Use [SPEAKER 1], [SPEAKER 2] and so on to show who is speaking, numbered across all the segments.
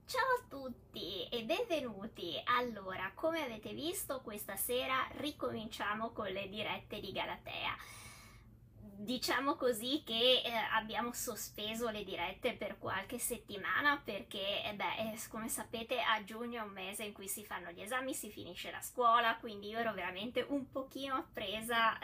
[SPEAKER 1] Ciao a tutti e benvenuti! Allora, come avete visto, questa sera ricominciamo con le dirette di Galatea. Diciamo così che abbiamo sospeso le dirette per qualche settimana perché, come sapete, a giugno è un mese in cui si fanno gli esami, si finisce la scuola, quindi io ero veramente un pochino presa,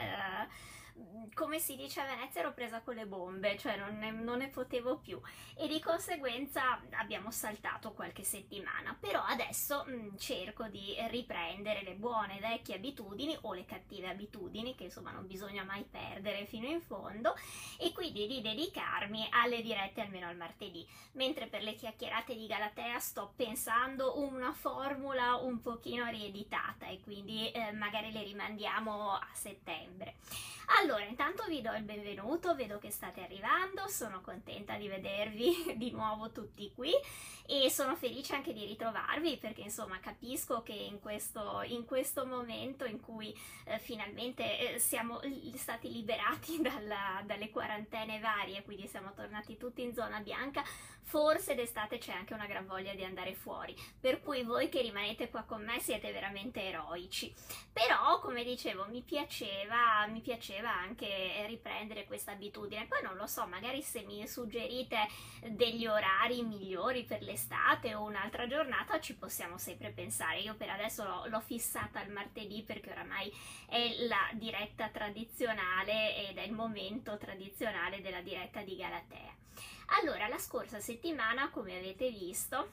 [SPEAKER 1] come si dice a Venezia, ero presa con le bombe, cioè non ne potevo più e di conseguenza abbiamo saltato qualche settimana, però adesso cerco di riprendere le buone vecchie abitudini o le cattive abitudini che insomma non bisogna mai perdere fino in fondo, e quindi di dedicarmi alle dirette almeno al martedì, mentre per le chiacchierate di Galatea sto pensando una formula un pochino rieditata e quindi magari le rimandiamo a settembre. Allora, intanto vi do il benvenuto, vedo che state arrivando, sono contenta di vedervi di nuovo tutti qui e sono felice anche di ritrovarvi perché insomma capisco che in questo momento in cui finalmente siamo stati liberati dalle quarantene varie, quindi siamo tornati tutti in zona bianca, forse d'estate c'è anche una gran voglia di andare fuori, per cui voi che rimanete qua con me siete veramente eroici. Però, come dicevo, mi piaceva anche riprendere questa abitudine. Poi non lo so, magari se mi suggerite degli orari migliori per l'estate o un'altra giornata ci possiamo sempre pensare. Io per adesso l'ho fissata al martedì perché oramai è la diretta tradizionale ed è il momento tradizionale della diretta di Galatea. Allora, la scorsa settimana, come avete visto,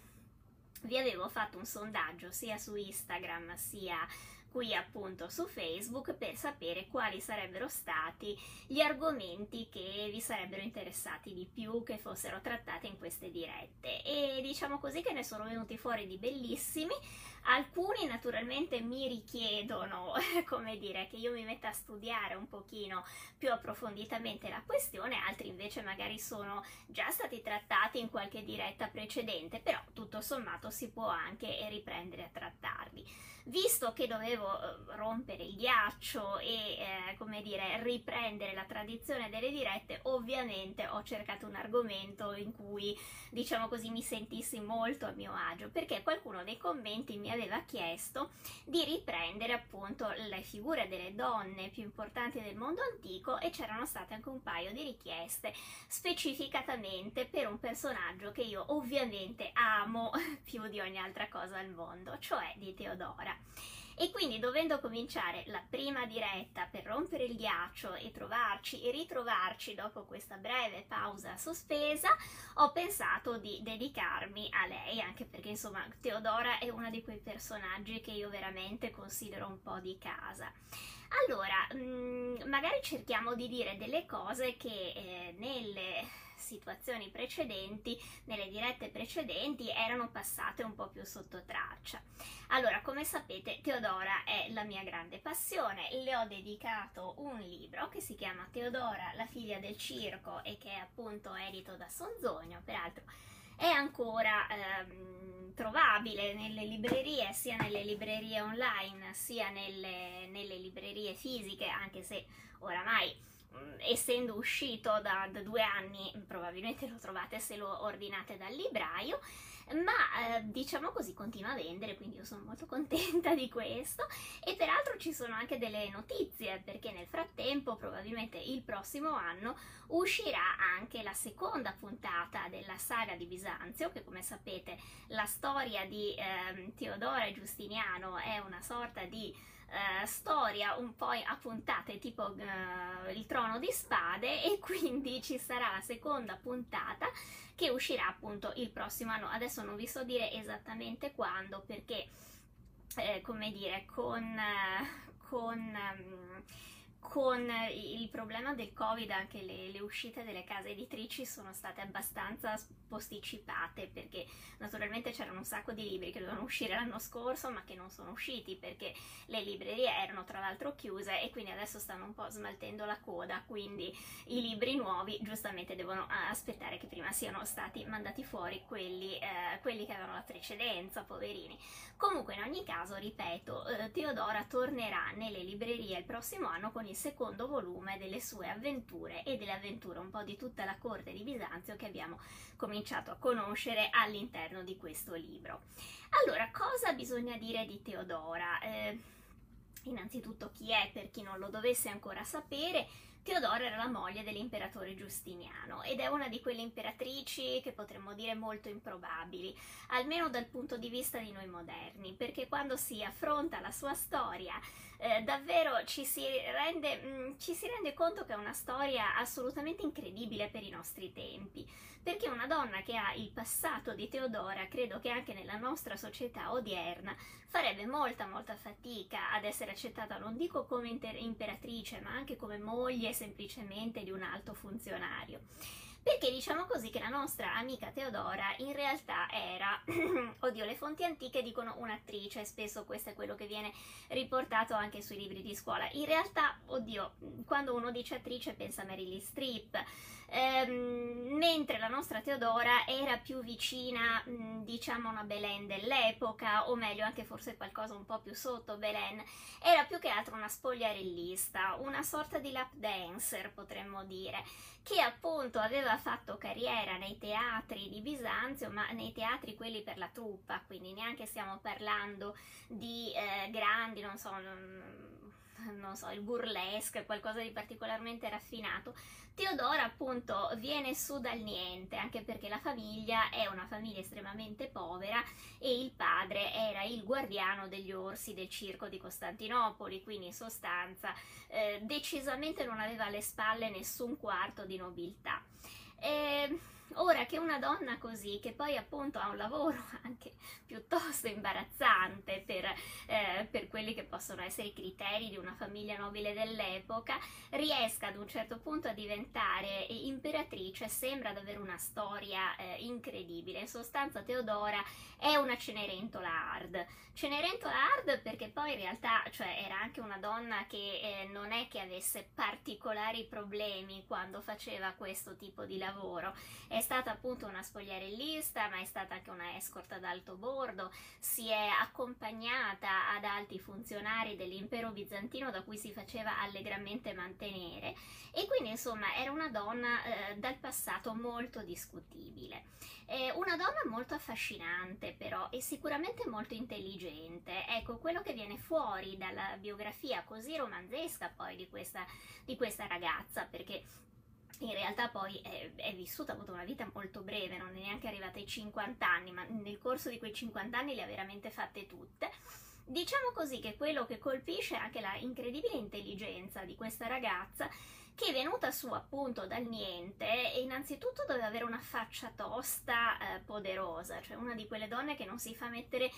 [SPEAKER 1] vi avevo fatto un sondaggio sia su Instagram sia qui appunto su Facebook per sapere quali sarebbero stati gli argomenti che vi sarebbero interessati di più che fossero trattati in queste dirette, e diciamo così che ne sono venuti fuori di bellissimi. Alcuni naturalmente mi richiedono, come dire, che io mi metta a studiare un pochino più approfonditamente la questione, altri invece magari sono già stati trattati in qualche diretta precedente, però tutto sommato si può anche riprendere a trattarli. Visto che dovevo rompere il ghiaccio e, come dire, riprendere la tradizione delle dirette, ovviamente ho cercato un argomento in cui, diciamo così, mi sentissi molto a mio agio, perché qualcuno nei commenti mi aveva chiesto di riprendere appunto le figure delle donne più importanti del mondo antico, e c'erano state anche un paio di richieste specificatamente per un personaggio che io ovviamente amo più di ogni altra cosa al mondo, cioè di Teodora. E quindi, dovendo cominciare la prima diretta per rompere il ghiaccio e ritrovarci dopo questa breve pausa sospesa, ho pensato di dedicarmi a lei, anche perché insomma Teodora è uno di quei personaggi che io veramente considero un po' di casa. Allora, magari cerchiamo di dire delle cose che nelle situazioni precedenti, nelle dirette precedenti, erano passate un po' più sotto traccia. Allora, come sapete, Teodora è la mia grande passione, le ho dedicato un libro che si chiama Teodora, la figlia del circo, e che è appunto edito da Sonzogno, peraltro è ancora trovabile nelle librerie, sia nelle librerie online sia nelle librerie fisiche, anche se oramai essendo uscito da 2 anni probabilmente lo trovate se lo ordinate dal libraio, ma diciamo così continua a vendere, quindi io sono molto contenta di questo. E peraltro ci sono anche delle notizie, perché nel frattempo, probabilmente il prossimo anno, uscirà anche la seconda puntata della saga di Bisanzio, che come sapete la storia di Teodora e Giustiniano è una sorta di storia un po' a puntate tipo il Trono di Spade, e quindi ci sarà la seconda puntata che uscirà appunto il prossimo anno. Adesso non vi so dire esattamente quando, perché come dire, con il problema del Covid anche le uscite delle case editrici sono state abbastanza posticipate, perché naturalmente c'erano un sacco di libri che dovevano uscire l'anno scorso ma che non sono usciti perché le librerie erano tra l'altro chiuse, e quindi adesso stanno un po' smaltendo la coda, quindi i libri nuovi giustamente devono aspettare che prima siano stati mandati fuori quelli che avevano la precedenza, poverini. Comunque, in ogni caso, ripeto, Teodora tornerà nelle librerie il prossimo anno con il secondo volume delle sue avventure e delle avventure un po' di tutta la corte di Bisanzio che abbiamo cominciato a conoscere all'interno di questo libro. Allora, cosa bisogna dire di Teodora? Innanzitutto chi è, per chi non lo dovesse ancora sapere. Teodora era la moglie dell'imperatore Giustiniano ed è una di quelle imperatrici che potremmo dire molto improbabili, almeno dal punto di vista di noi moderni, perché quando si affronta la sua storia davvero ci si rende conto che è una storia assolutamente incredibile per i nostri tempi, perché una donna che ha il passato di Teodora, credo che anche nella nostra società odierna farebbe molta fatica ad essere accettata, non dico come imperatrice, ma anche come moglie semplicemente di un alto funzionario. Perché diciamo così che la nostra amica Teodora in realtà era, oddio, le fonti antiche dicono un'attrice, spesso questo è quello che viene riportato anche sui libri di scuola. In realtà, oddio, quando uno dice attrice pensa a Meryl Streep, mentre la nostra Teodora era più vicina, diciamo, a una Belen dell'epoca, o meglio anche forse qualcosa un po' più sotto Belen, era più che altro una spogliarellista, una sorta di lap dancer potremmo dire, che appunto aveva fatto carriera nei teatri di Bisanzio, ma nei teatri quelli per la truppa, quindi neanche stiamo parlando di grandi, non so, il burlesque, qualcosa di particolarmente raffinato. Teodora appunto viene su dal niente, anche perché la famiglia è una famiglia estremamente povera e il padre era il guardiano degli orsi del circo di Costantinopoli, quindi in sostanza decisamente non aveva alle spalle nessun quarto di nobiltà. Ora che una donna così, che poi appunto ha un lavoro anche piuttosto imbarazzante per quelli che possono essere i criteri di una famiglia nobile dell'epoca, riesca ad un certo punto a diventare imperatrice, sembra davvero una storia incredibile. In sostanza Teodora è una Cenerentola hard. Cenerentola hard perché poi in realtà, cioè, era anche una donna che non è che avesse particolari problemi quando faceva questo tipo di lavoro. È stata appunto una spogliarellista, ma è stata anche una escort ad alto bordo, si è accompagnata ad alti funzionari dell'impero bizantino da cui si faceva allegramente mantenere, e quindi insomma era una donna dal passato molto discutibile. Una donna molto affascinante però, e sicuramente molto intelligente. Ecco, quello che viene fuori dalla biografia così romanzesca poi di questa ragazza, perché in realtà poi è vissuta, ha avuto una vita molto breve, non è neanche arrivata ai 50 anni, ma nel corso di quei 50 anni le ha veramente fatte tutte. Diciamo così che quello che colpisce è anche la incredibile intelligenza di questa ragazza, che è venuta su appunto dal niente e innanzitutto doveva avere una faccia tosta, poderosa, cioè una di quelle donne che non si fa mettere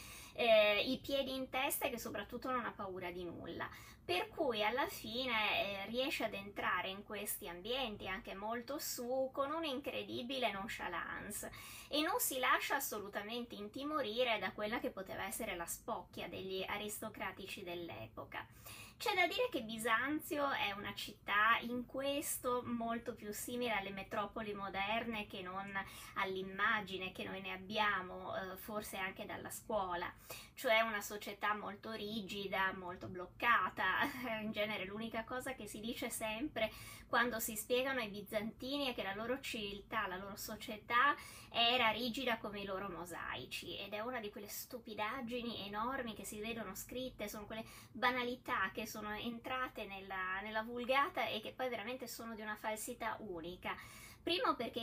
[SPEAKER 1] i piedi in testa e che soprattutto non ha paura di nulla. Per cui alla fine riesce ad entrare in questi ambienti anche molto su con un'incredibile nonchalance e non si lascia assolutamente intimorire da quella che poteva essere la spocchia degli aristocratici dell'epoca. C'è da dire che Bisanzio è una città in questo molto più simile alle metropoli moderne che non all'immagine che noi ne abbiamo, forse anche dalla scuola, cioè una società molto rigida, molto bloccata. In genere l'unica cosa che si dice sempre quando si spiegano ai bizantini è che la loro civiltà, la loro società era rigida come i loro mosaici, ed è una di quelle stupidaggini enormi che si vedono scritte, sono quelle banalità che sono entrate nella vulgata e che poi veramente sono di una falsità unica. Primo perché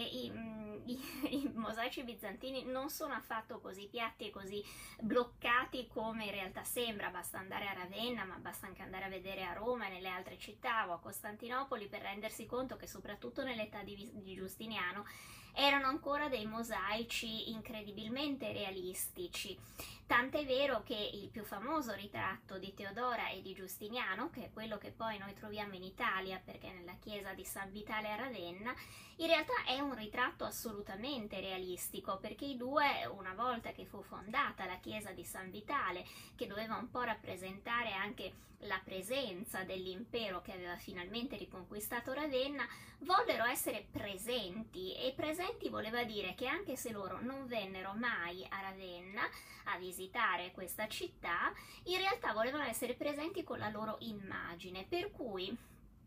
[SPEAKER 1] i mosaici bizantini non sono affatto così piatti e così bloccati come in realtà sembra. Basta andare a Ravenna, ma basta anche andare a vedere a Roma e nelle altre città o a Costantinopoli per rendersi conto che soprattutto nell'età di Giustiniano erano ancora dei mosaici incredibilmente realistici. Tant'è vero che il più famoso ritratto di Teodora e di Giustiniano, che è quello che poi noi troviamo in Italia perché è nella chiesa di San Vitale a Ravenna, in realtà è un ritratto assolutamente realistico, perché i due, una volta che fu fondata la chiesa di San Vitale, che doveva un po' rappresentare anche la presenza dell'impero che aveva finalmente riconquistato Ravenna, vollero essere presenti, e presenti voleva dire che anche se loro non vennero mai a Ravenna a visitare questa città, in realtà volevano essere presenti con la loro immagine, per cui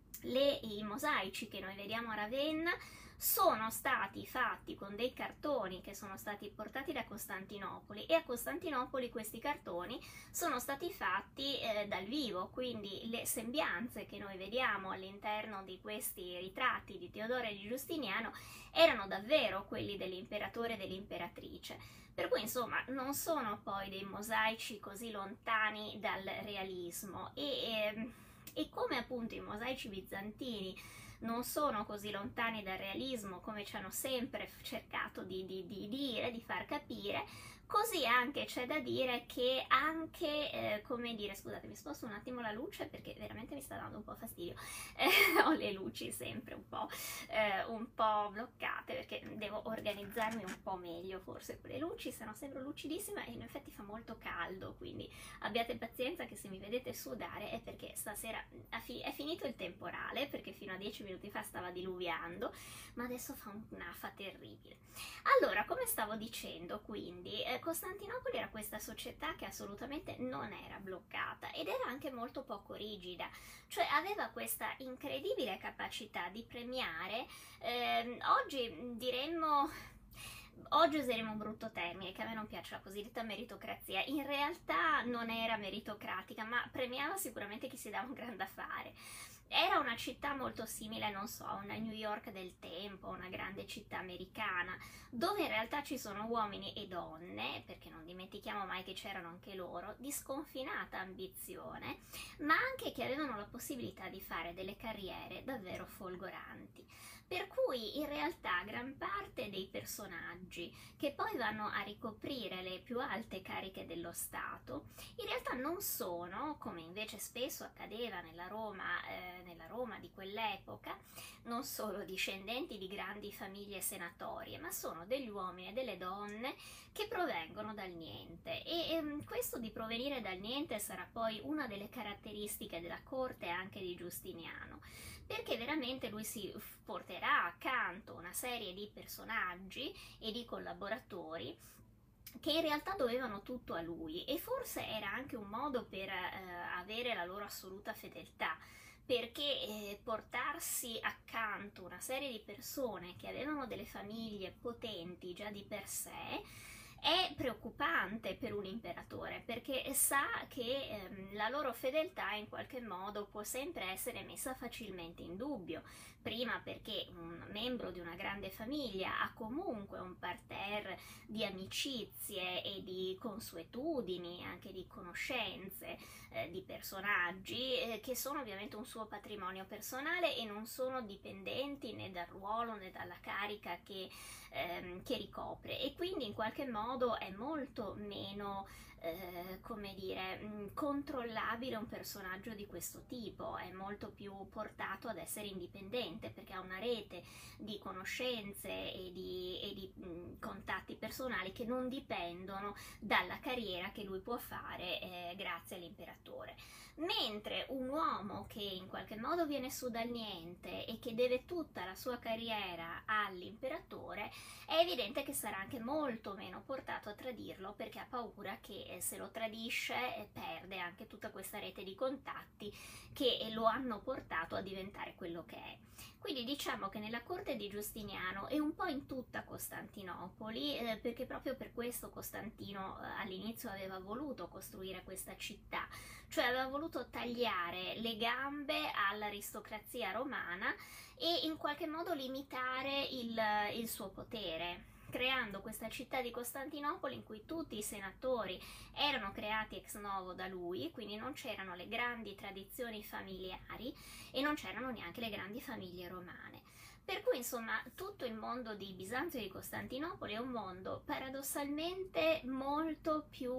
[SPEAKER 1] I mosaici che noi vediamo a Ravenna sono stati fatti con dei cartoni che sono stati portati da Costantinopoli, e a Costantinopoli questi cartoni sono stati fatti dal vivo, quindi le sembianze che noi vediamo all'interno di questi ritratti di Teodoro e di Giustiniano erano davvero quelli dell'imperatore e dell'imperatrice. Per cui insomma non sono poi dei mosaici così lontani dal realismo, e come appunto i mosaici bizantini non sono così lontani dal realismo come ci hanno sempre cercato di dire, di far capire, così anche c'è da dire che anche, come dire, scusate, mi sposto un attimo la luce perché veramente mi sta dando un po' fastidio, ho le luci sempre un po' bloccate perché devo organizzarmi un po' meglio forse con le luci, se no sembro lucidissima e in effetti fa molto caldo, quindi abbiate pazienza che se mi vedete sudare è perché stasera è finito il temporale, perché fino a 10 minuti fa stava diluviando, ma adesso fa un'afa terribile. Allora, come stavo dicendo, quindi, Costantinopoli era questa società che assolutamente non era bloccata ed era anche molto poco rigida, cioè aveva questa incredibile capacità di premiare, oggi useremo un brutto termine, che a me non piace, la cosiddetta meritocrazia. In realtà non era meritocratica, ma premiava sicuramente chi si dava un gran da fare. Era una città molto simile, non so, a una New York del tempo, una grande città americana, dove in realtà ci sono uomini e donne, perché non dimentichiamo mai che c'erano anche loro, di sconfinata ambizione, ma anche che avevano la possibilità di fare delle carriere davvero folgoranti. Per cui in realtà gran parte dei personaggi che poi vanno a ricoprire le più alte cariche dello Stato, in realtà non sono, come invece spesso accadeva nella Roma di quell'epoca, non solo discendenti di grandi famiglie senatorie, ma sono degli uomini e delle donne che provengono dal niente. E questo di provenire dal niente sarà poi una delle caratteristiche della corte anche di Giustiniano, perché veramente lui si porterà accanto una serie di personaggi e di collaboratori che in realtà dovevano tutto a lui, e forse era anche un modo per avere la loro assoluta fedeltà, perché portarsi accanto una serie di persone che avevano delle famiglie potenti già di per sé è preoccupante per un imperatore, perché sa che la loro fedeltà in qualche modo può sempre essere messa facilmente in dubbio. Prima perché un membro di una grande famiglia ha comunque un parterre di amicizie e di consuetudini, anche di conoscenze, di personaggi che sono ovviamente un suo patrimonio personale e non sono dipendenti né dal ruolo né dalla carica che ricopre, e quindi in qualche modo è molto meno come dire, controllabile un personaggio di questo tipo, è molto più portato ad essere indipendente perché ha una rete di conoscenze e di contatti personali che non dipendono dalla carriera che lui può fare grazie all'imperatore. Mentre un uomo che in qualche modo viene su dal niente e che deve tutta la sua carriera all'imperatore, è evidente che sarà anche molto meno portato a tradirlo, perché ha paura che se lo tradisce perde anche tutta questa rete di contatti che lo hanno portato a diventare quello che è. Quindi diciamo che nella corte di Giustiniano e un po' in tutta Costantinopoli, perché proprio per questo Costantino all'inizio aveva voluto costruire questa città, cioè aveva voluto tagliare le gambe all'aristocrazia romana e in qualche modo limitare il suo potere, creando questa città di Costantinopoli in cui tutti i senatori erano creati ex novo da lui, quindi non c'erano le grandi tradizioni familiari e non c'erano neanche le grandi famiglie romane. Per cui insomma tutto il mondo di Bisanzio e di Costantinopoli è un mondo paradossalmente molto più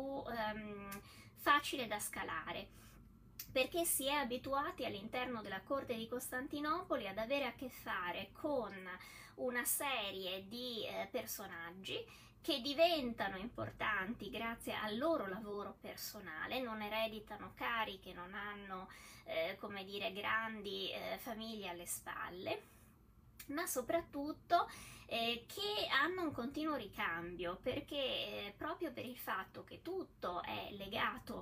[SPEAKER 1] facile da scalare, perché si è abituati all'interno della corte di Costantinopoli ad avere a che fare con una serie di personaggi che diventano importanti grazie al loro lavoro personale, non ereditano cariche, non hanno come dire grandi famiglie alle spalle, ma soprattutto che hanno un continuo ricambio, perché proprio per il fatto che tutto è legato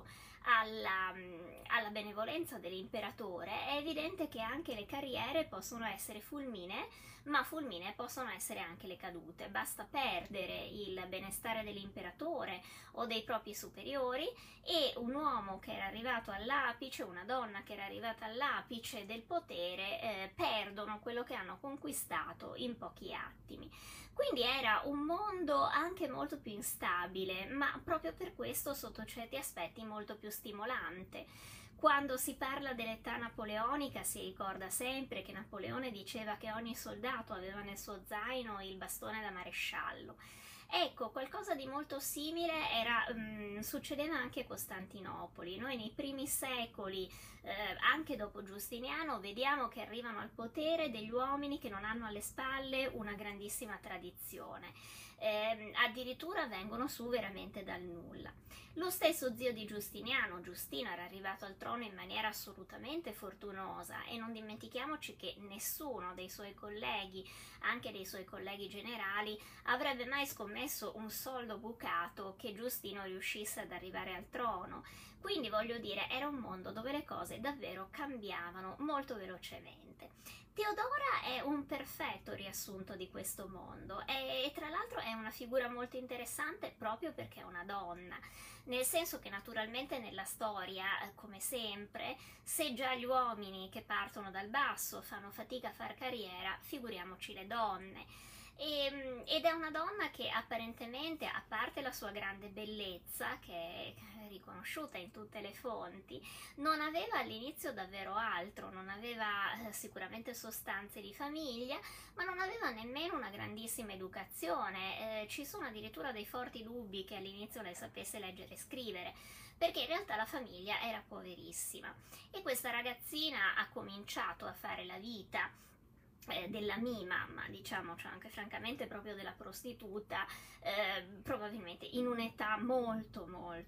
[SPEAKER 1] alla benevolenza dell'imperatore, è evidente che anche le carriere possono essere fulminee, ma fulminee possono essere anche le cadute. Basta perdere il benestare dell'imperatore o dei propri superiori e un uomo che era arrivato all'apice, una donna che era arrivata all'apice del potere, perdono quello che hanno conquistato in pochi attimi. Quindi era un mondo anche molto più instabile, ma proprio per questo sotto certi aspetti molto più stimolante. Quando si parla dell'età napoleonica si ricorda sempre che Napoleone diceva che ogni soldato aveva nel suo zaino il bastone da maresciallo. Ecco, qualcosa di molto simile succedeva anche a Costantinopoli. Noi nei primi secoli, anche dopo Giustiniano, vediamo che arrivano al potere degli uomini che non hanno alle spalle una grandissima tradizione. Addirittura vengono su veramente dal nulla. Lo stesso zio di Giustiniano, Giustino, era arrivato al trono in maniera assolutamente fortunosa e non dimentichiamoci che nessuno dei suoi colleghi, anche dei suoi colleghi generali, avrebbe mai scommesso un soldo bucato che Giustino riuscisse ad arrivare al trono. Quindi voglio dire, era un mondo dove le cose davvero cambiavano molto velocemente. Teodora è un perfetto riassunto di questo mondo e tra l'altro è una figura molto interessante proprio perché è una donna, nel senso che naturalmente nella storia, come sempre, se già gli uomini che partono dal basso fanno fatica a far carriera, figuriamoci le donne. Ed è una donna che apparentemente, a parte la sua grande bellezza, che è riconosciuta in tutte le fonti, non aveva all'inizio davvero altro, non aveva sicuramente sostanze di famiglia, ma non aveva nemmeno una grandissima educazione. Ci sono addirittura dei forti dubbi che all'inizio lei sapesse leggere e scrivere, perché in realtà la famiglia era poverissima. E questa ragazzina ha cominciato a fare la vita della mima, ma diciamo cioè anche francamente proprio della prostituta, probabilmente in un'età molto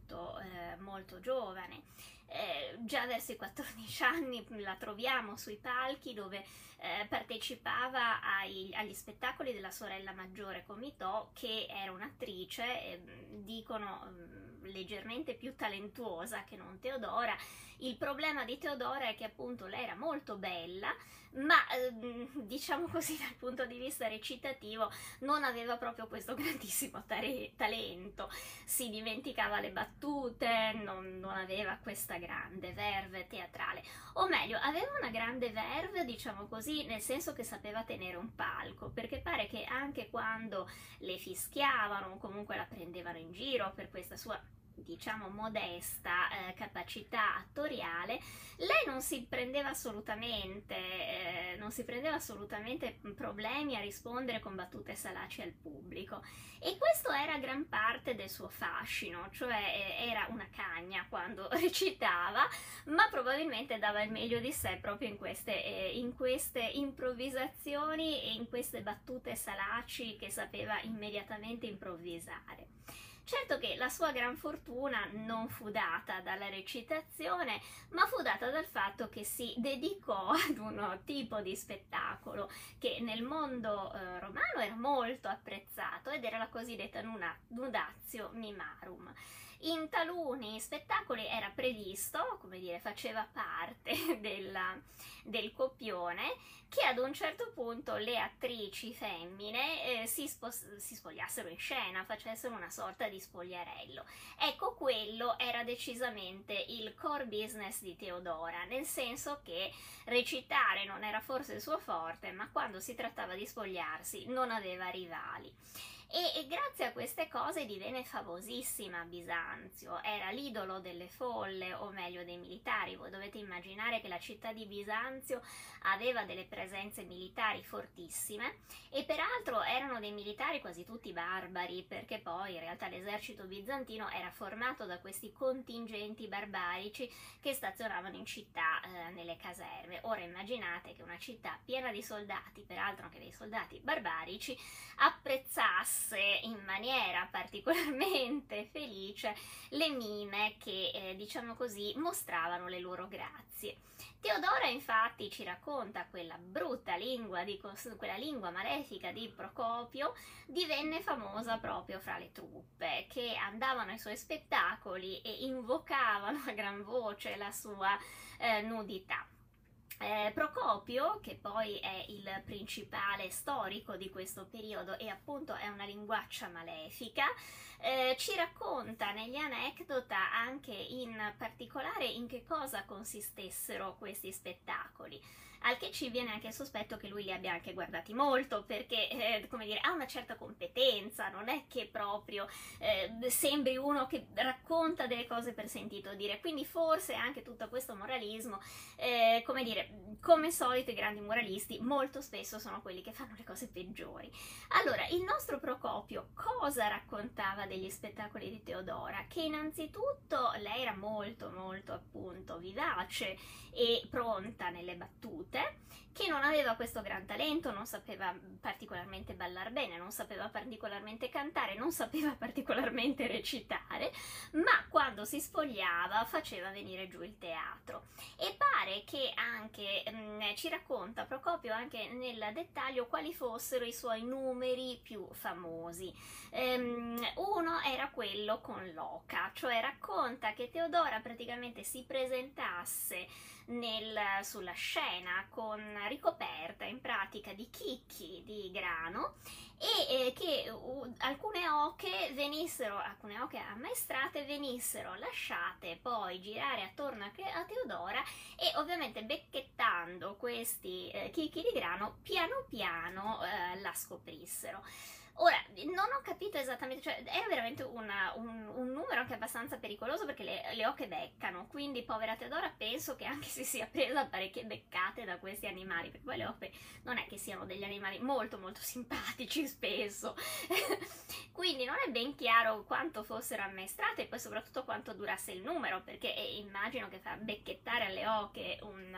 [SPEAKER 1] molto giovane. Già verso i 14 anni la troviamo sui palchi dove partecipava agli spettacoli della sorella maggiore Comitò, che era un'attrice, dicono leggermente più talentuosa che non Teodora. Il problema di Teodora è che appunto lei era molto bella, ma diciamo così dal punto di vista recitativo non aveva proprio questo grandissimo talento, si dimenticava le battute, non aveva questa grande verve teatrale, o meglio aveva una grande verve, diciamo così, nel senso che sapeva tenere un palco, perché pare che anche quando le fischiavano o comunque la prendevano in giro per questa sua diciamo modesta capacità attoriale, lei non si prendeva assolutamente problemi a rispondere con battute salaci al pubblico, e questo era gran parte del suo fascino, cioè era una cagna quando recitava, ma probabilmente dava il meglio di sé proprio in queste improvvisazioni e in queste battute salaci che sapeva immediatamente improvvisare. Certo che la sua gran fortuna non fu data dalla recitazione, ma fu data dal fatto che si dedicò ad un tipo di spettacolo che nel mondo romano era molto apprezzato ed era la cosiddetta nudatio mimarum. In taluni spettacoli era previsto, come dire, faceva parte del copione, che ad un certo punto le attrici femmine si spogliassero in scena, facessero una sorta di spogliarello. Ecco, quello era decisamente il core business di Teodora, nel senso che recitare non era forse il suo forte, ma quando si trattava di spogliarsi non aveva rivali. E grazie a queste cose divenne famosissima a Bisanzio, era l'idolo delle folle, o meglio dei militari. Voi dovete immaginare che la città di Bisanzio aveva delle presenze militari fortissime e peraltro erano dei militari quasi tutti barbari, perché poi in realtà l'esercito bizantino era formato da questi contingenti barbarici che stazionavano in città nelle caserme. Ora immaginate che una città piena di soldati, peraltro anche dei soldati barbarici, apprezzasse mosse in maniera particolarmente felice le mime che, diciamo così, mostravano le loro grazie. Teodora infatti ci racconta quella brutta lingua, quella lingua malefica di Procopio divenne famosa proprio fra le truppe che andavano ai suoi spettacoli e invocavano a gran voce la sua nudità. Procopio, che poi è il principale storico di questo periodo e appunto è una linguaccia malefica, ci racconta negli anecdota anche in particolare in che cosa consistessero questi spettacoli. Al che ci viene anche il sospetto che lui li abbia anche guardati molto, perché, come dire, ha una certa competenza, non è che proprio sembri uno che racconta delle cose per sentito dire, quindi forse anche tutto questo moralismo, come dire, come solito i grandi moralisti molto spesso sono quelli che fanno le cose peggiori. Allora, il nostro Procopio cosa raccontava degli spettacoli di Teodora? Che innanzitutto lei era molto molto appunto vivace e pronta nelle battute, che non aveva questo gran talento, non sapeva particolarmente ballar bene, non sapeva particolarmente cantare, non sapeva particolarmente recitare, ma quando si spogliava faceva venire giù il teatro. E pare che anche ci racconta Procopio anche nel dettaglio quali fossero i suoi numeri più famosi. Uno era quello con l'oca, cioè racconta che Teodora praticamente si presentasse sulla scena ricoperta in pratica di chicchi di grano e che alcune oche ammaestrate venissero lasciate poi girare attorno a Teodora e ovviamente becchettando questi chicchi di grano piano piano la scoprissero. Ora, non ho capito esattamente, cioè era veramente un numero anche abbastanza pericoloso perché le oche beccano, quindi povera Teodora penso che anche si sia presa parecchie beccate da questi animali, perché poi le oche non è che siano degli animali molto molto simpatici spesso, quindi non è ben chiaro quanto fossero ammaestrate e poi soprattutto quanto durasse il numero, perché immagino che fa becchettare alle oche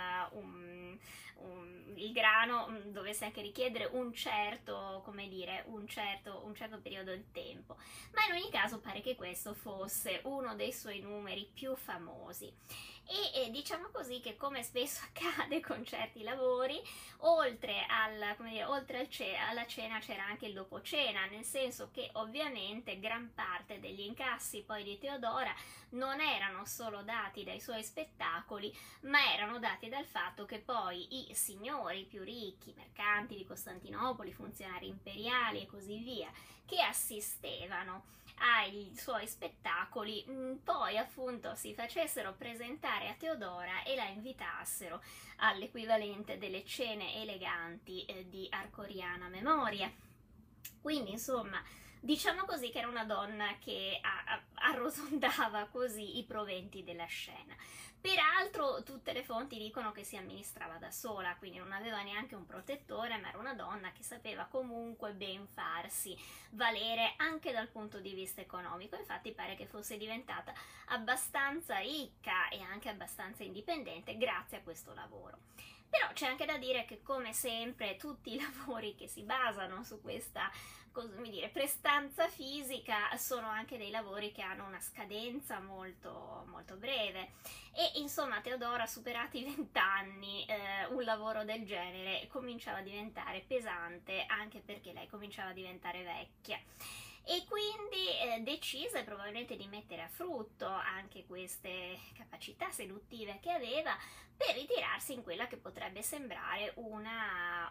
[SPEAKER 1] il grano dovesse anche richiedere un certo, come dire, un certo periodo di tempo, ma in ogni caso pare che questo fosse uno dei suoi numeri più famosi. E diciamo così che, come spesso accade con certi lavori, oltre alla cena c'era anche il dopo cena, nel senso che ovviamente gran parte degli incassi poi di Teodora non erano solo dati dai suoi spettacoli, ma erano dati dal fatto che poi i signori più ricchi, mercanti di Costantinopoli, funzionari imperiali e così via, che assistevano ai suoi spettacoli, poi appunto si facessero presentare a Teodora e la invitassero all'equivalente delle cene eleganti di Arcoriana memoria. Quindi insomma, diciamo così che era una donna che arrotondava così i proventi della scena. Peraltro tutte le fonti dicono che si amministrava da sola, quindi non aveva neanche un protettore, ma era una donna che sapeva comunque ben farsi valere anche dal punto di vista economico. Infatti pare che fosse diventata abbastanza ricca e anche abbastanza indipendente grazie a questo lavoro. Però c'è anche da dire che, come sempre, tutti i lavori che si basano su questa, come dire, prestanza fisica sono anche dei lavori che hanno una scadenza molto, molto breve. E insomma, Teodora, superati i 20 anni, un lavoro del genere cominciava a diventare pesante, anche perché lei cominciava a diventare vecchia. E quindi decise probabilmente di mettere a frutto anche queste capacità seduttive che aveva per ritirarsi in quella che potrebbe sembrare una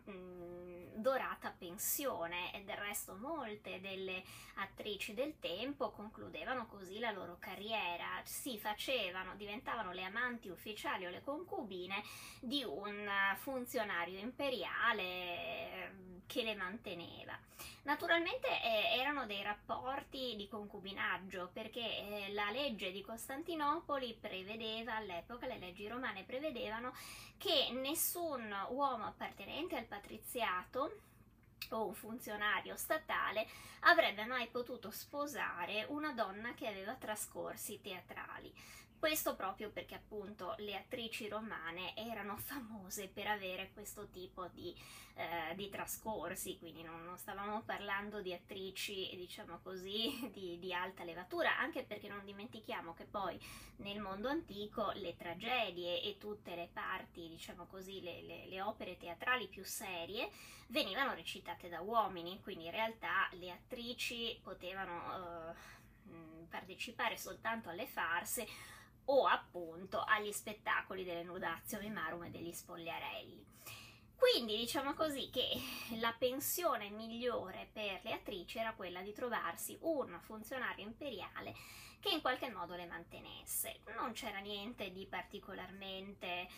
[SPEAKER 1] dorata pensione, e del resto molte delle attrici del tempo concludevano così la loro carriera, diventavano le amanti ufficiali o le concubine di un funzionario imperiale che le manteneva. Naturalmente erano dei rapporti di concubinaggio, perché la legge di Costantinopoli prevedeva, all'epoca le leggi romane prevedevano che nessun uomo appartenente al patriziato o un funzionario statale avrebbe mai potuto sposare una donna che aveva trascorsi teatrali. Questo proprio perché appunto le attrici romane erano famose per avere questo tipo di trascorsi, quindi non stavamo parlando di attrici, diciamo così, di alta levatura, anche perché non dimentichiamo che poi nel mondo antico le tragedie e tutte le parti, diciamo così, le opere teatrali più serie venivano recitate da uomini, quindi in realtà le attrici potevano partecipare soltanto alle farse o appunto agli spettacoli delle nudazio vimarum e degli spogliarelli. Quindi diciamo così che la pensione migliore per le attrici era quella di trovarsi un funzionario imperiale che in qualche modo le mantenesse. Non c'era niente di particolarmente,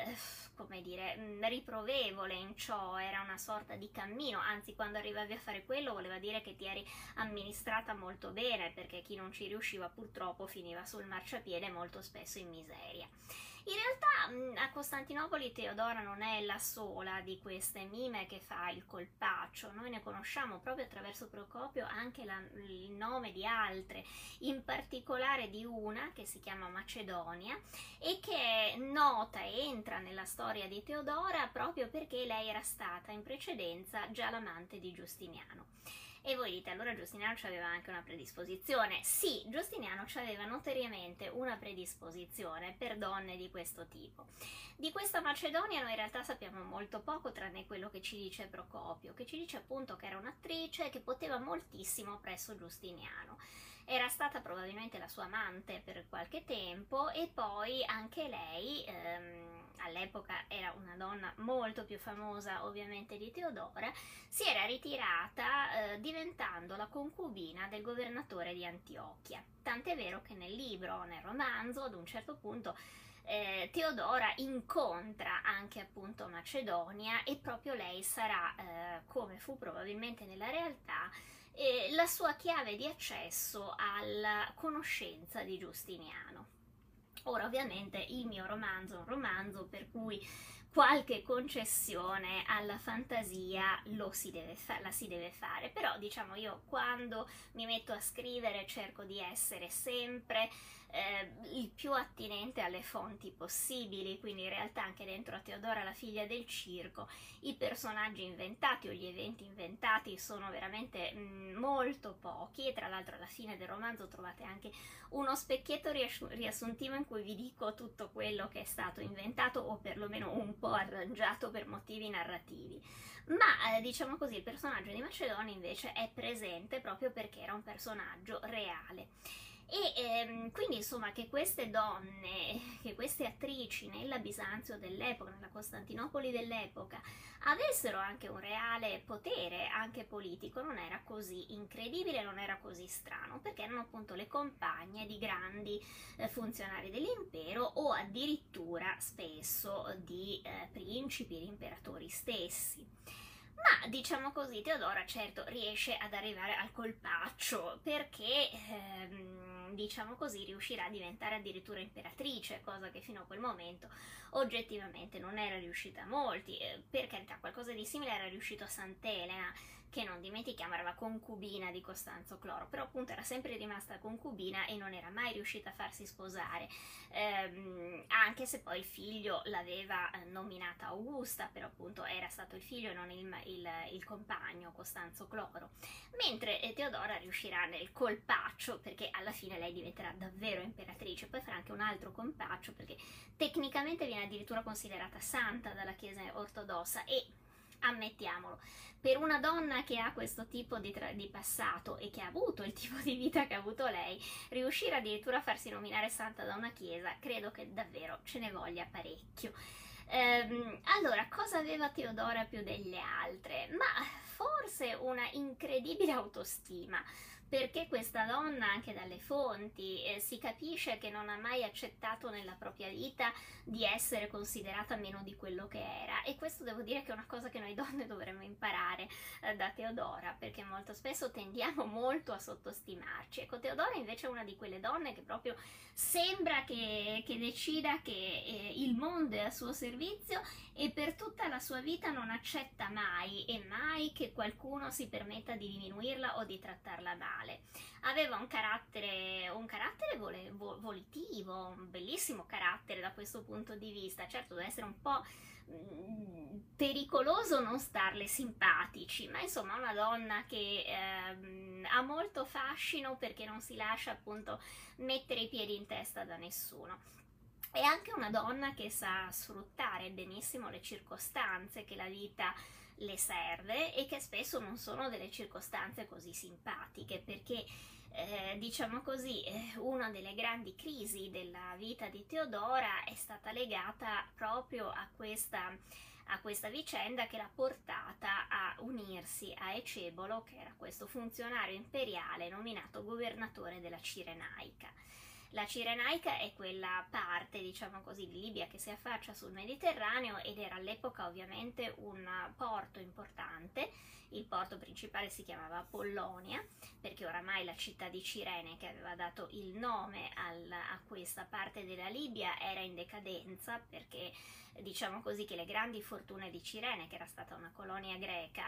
[SPEAKER 1] come dire, riprovevole in ciò, era una sorta di cammino, anzi quando arrivavi a fare quello voleva dire che ti eri amministrata molto bene, perché chi non ci riusciva purtroppo finiva sul marciapiede molto spesso in miseria. In realtà a Costantinopoli Teodora non è la sola di queste mime che fa il colpaccio, noi ne conosciamo proprio attraverso Procopio anche il nome di altre, in particolare di una che si chiama Macedonia e che è nota e entra nella storia di Teodora proprio perché lei era stata in precedenza già l'amante di Giustiniano. E voi dite, allora Giustiniano aveva anche una predisposizione? Sì, Giustiniano aveva notoriamente una predisposizione per donne di questo tipo. Di questa Macedonia noi in realtà sappiamo molto poco, tranne quello che ci dice Procopio, che ci dice appunto che era un'attrice che poteva moltissimo presso Giustiniano. Era stata probabilmente la sua amante per qualche tempo e poi anche lei, all'epoca era una donna molto più famosa ovviamente di Teodora, si era ritirata diventando la concubina del governatore di Antiochia. Tant'è vero che nel libro, nel romanzo, ad un certo punto Teodora incontra anche appunto Macedonia e proprio lei sarà, come fu probabilmente nella realtà, la sua chiave di accesso alla conoscenza di Giustiniano. Ora ovviamente il mio romanzo è un romanzo per cui qualche concessione alla fantasia la si deve fare, però diciamo io quando mi metto a scrivere cerco di essere sempre il più attinente alle fonti possibili, quindi in realtà anche dentro a Teodora la figlia del circo i personaggi inventati o gli eventi inventati sono veramente molto pochi, e tra l'altro alla fine del romanzo trovate anche uno specchietto riassuntivo in cui vi dico tutto quello che è stato inventato o perlomeno un po' arrangiato per motivi narrativi. Ma diciamo così il personaggio di Macedonia invece è presente proprio perché era un personaggio reale. E quindi insomma che queste donne, che queste attrici nella Bisanzio dell'epoca, nella Costantinopoli dell'epoca, avessero anche un reale potere, anche politico, non era così incredibile, non era così strano, perché erano appunto le compagne di grandi funzionari dell'impero o addirittura spesso di principi ed imperatori stessi. Ma diciamo così, Teodora certo riesce ad arrivare al colpaccio perché diciamo così riuscirà a diventare addirittura imperatrice, cosa che fino a quel momento oggettivamente non era riuscita a molti. Per carità, qualcosa di simile era riuscito a Sant'Elena, che non dimentichiamo era la concubina di Costanzo Cloro, però appunto era sempre rimasta concubina e non era mai riuscita a farsi sposare, anche se poi il figlio l'aveva nominata Augusta, però appunto era stato il figlio e non il compagno Costanzo Cloro, mentre Teodora riuscirà nel colpaccio perché alla fine lei diventerà davvero imperatrice, poi farà anche un altro colpaccio perché tecnicamente viene addirittura considerata santa dalla Chiesa ortodossa e ammettiamolo, per una donna che ha questo tipo di passato e che ha avuto il tipo di vita che ha avuto lei, riuscire addirittura a farsi nominare santa da una chiesa, credo che davvero ce ne voglia parecchio. Allora, cosa aveva Teodora più delle altre? Ma forse una incredibile autostima, perché questa donna, anche dalle fonti, si capisce che non ha mai accettato nella propria vita di essere considerata meno di quello che era, e questo devo dire che è una cosa che noi donne dovremmo imparare da Teodora, perché molto spesso tendiamo molto a sottostimarci. Ecco, Teodora invece è una di quelle donne che proprio sembra che decida che il mondo è a suo servizio e per tutta la sua vita non accetta mai e mai che qualcuno si permetta di diminuirla o di trattarla male. sociale. Aveva un carattere volitivo, un bellissimo carattere da questo punto di vista. Certo, deve essere un po' pericoloso non starle simpatici, ma insomma una donna che ha molto fascino perché non si lascia appunto mettere i piedi in testa da nessuno. È anche una donna che sa sfruttare benissimo le circostanze che la vita le serve e che spesso non sono delle circostanze così simpatiche, perché diciamo così, una delle grandi crisi della vita di Teodora è stata legata proprio a questa vicenda che l'ha portata a unirsi a Ecebolo, che era questo funzionario imperiale nominato governatore della Cirenaica. La Cirenaica è quella parte, diciamo così, di Libia che si affaccia sul Mediterraneo ed era all'epoca ovviamente un porto importante. Il porto principale si chiamava Apollonia, perché oramai la città di Cirene, che aveva dato il nome a questa parte della Libia, era in decadenza, perché diciamo così che le grandi fortune di Cirene, che era stata una colonia greca,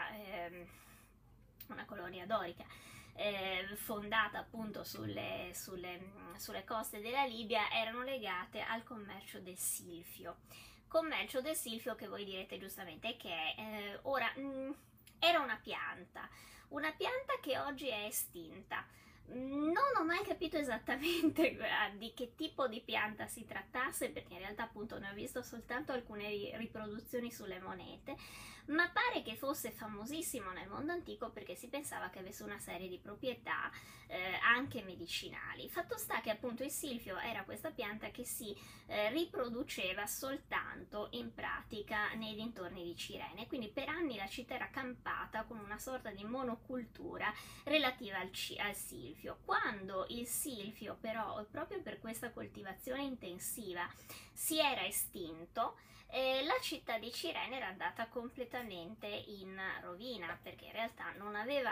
[SPEAKER 1] una colonia dorica, fondata appunto sulle coste della Libia, erano legate al commercio del silfio. Commercio del silfio che voi direte giustamente che è, era una pianta che oggi è estinta. Non ho mai capito esattamente di che tipo di pianta si trattasse, perché in realtà appunto ne ho visto soltanto alcune riproduzioni sulle monete, ma pare che fosse famosissimo nel mondo antico perché si pensava che avesse una serie di proprietà anche medicinali. Fatto sta che appunto il silfio era questa pianta che si riproduceva soltanto in pratica nei dintorni di Cirene, quindi per anni la città era campata con una sorta di monocultura relativa al silfio. Quando il silfio però, proprio per questa coltivazione intensiva, si era estinto, la città di Cirene era andata completamente in rovina, perché in realtà non aveva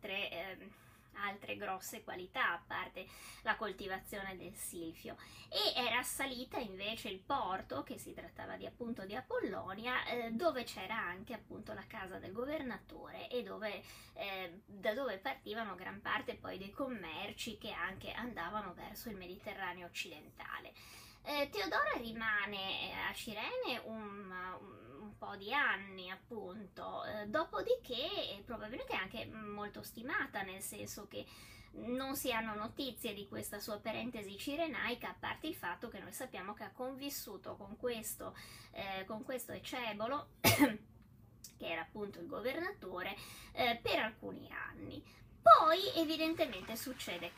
[SPEAKER 1] altre grosse qualità a parte la coltivazione del silfio, e era salita invece il porto, che si trattava appunto di Apollonia, dove c'era anche appunto la casa del governatore e da dove partivano gran parte poi dei commerci che anche andavano verso il Mediterraneo occidentale. Teodora rimane a Cirene un po' di anni appunto, dopodiché probabilmente è anche molto stimata, nel senso che non si hanno notizie di questa sua parentesi cirenaica, a parte il fatto che noi sappiamo che ha convissuto con questo Ecebolo che era appunto il governatore, per alcuni anni. Poi evidentemente succede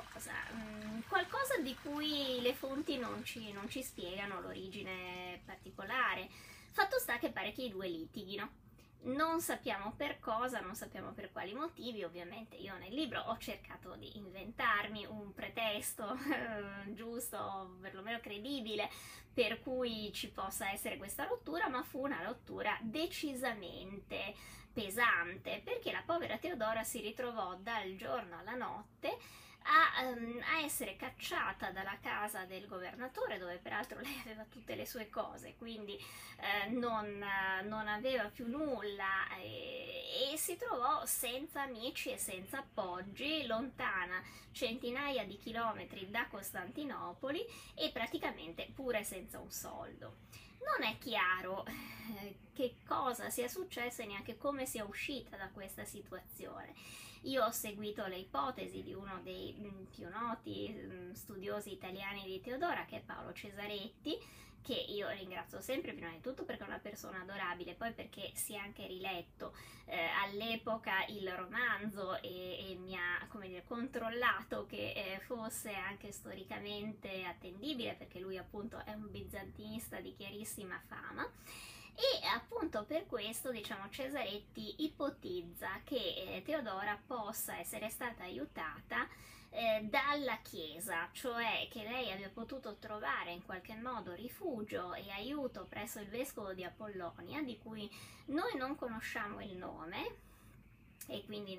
[SPEAKER 1] qualcosa di cui le fonti non ci spiegano l'origine particolare. Fatto sta che pare che i due litighino. Non sappiamo per cosa, non sappiamo per quali motivi. Ovviamente io nel libro ho cercato di inventarmi un pretesto giusto, perlomeno credibile, per cui ci possa essere questa rottura, ma fu una rottura decisamente pesante, perché la povera Teodora si ritrovò dal giorno alla notte a essere cacciata dalla casa del governatore, dove peraltro lei aveva tutte le sue cose, quindi non aveva più nulla, e si trovò senza amici e senza appoggi, lontana centinaia di chilometri da Costantinopoli e praticamente pure senza un soldo. Non è chiaro che cosa sia successo e neanche come sia uscita da questa situazione. Io ho seguito le ipotesi di uno dei più noti studiosi italiani di Teodora, che è Paolo Cesaretti, che io ringrazio sempre, prima di tutto perché è una persona adorabile, poi perché si è anche riletto all'epoca il romanzo e mi ha, come dire, controllato che fosse anche storicamente attendibile, perché lui appunto è un bizantinista di chiarissima fama. E appunto per questo, diciamo, Cesaretti ipotizza che Teodora possa essere stata aiutata dalla Chiesa, cioè che lei abbia potuto trovare in qualche modo rifugio e aiuto presso il vescovo di Apollonia, di cui noi non conosciamo il nome, e quindi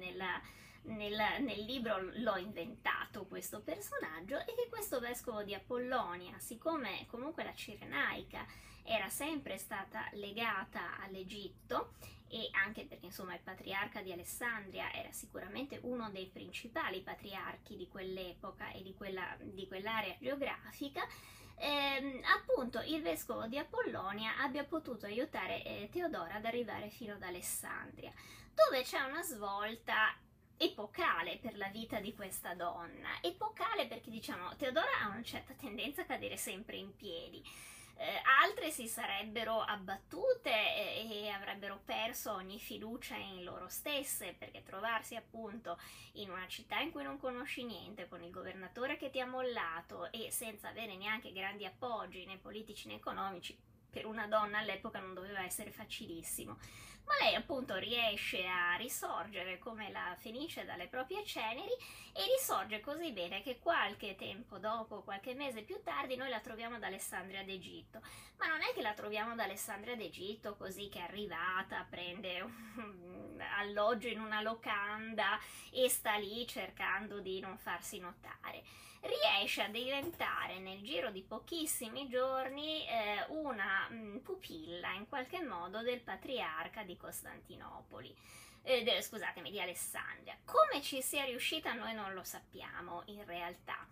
[SPEAKER 1] nel libro l'ho inventato questo personaggio, e che questo vescovo di Apollonia, siccome comunque la Cirenaica era sempre stata legata all'Egitto, e anche perché insomma il patriarca di Alessandria era sicuramente uno dei principali patriarchi di quell'epoca e di quell'area geografica, appunto il vescovo di Apollonia abbia potuto aiutare Teodora ad arrivare fino ad Alessandria, dove c'è una svolta epocale per la vita di questa donna. Epocale perché, diciamo, Teodora ha una certa tendenza a cadere sempre in piedi. Altre si sarebbero abbattute e avrebbero perso ogni fiducia in loro stesse, perché trovarsi appunto in una città in cui non conosci niente, con il governatore che ti ha mollato e senza avere neanche grandi appoggi né politici né economici, per una donna all'epoca non doveva essere facilissimo. Ma lei appunto riesce a risorgere come la Fenice dalle proprie ceneri, e risorge così bene che qualche tempo dopo, qualche mese più tardi, noi la troviamo ad Alessandria d'Egitto. Ma non è che la troviamo ad Alessandria d'Egitto così che è arrivata, prende alloggio in una locanda e sta lì cercando di non farsi notare. Riesce a diventare nel giro di pochissimi giorni una pupilla in qualche modo del patriarca di Costantinopoli, scusatemi, di Alessandria. Come ci sia riuscita noi non lo sappiamo in realtà.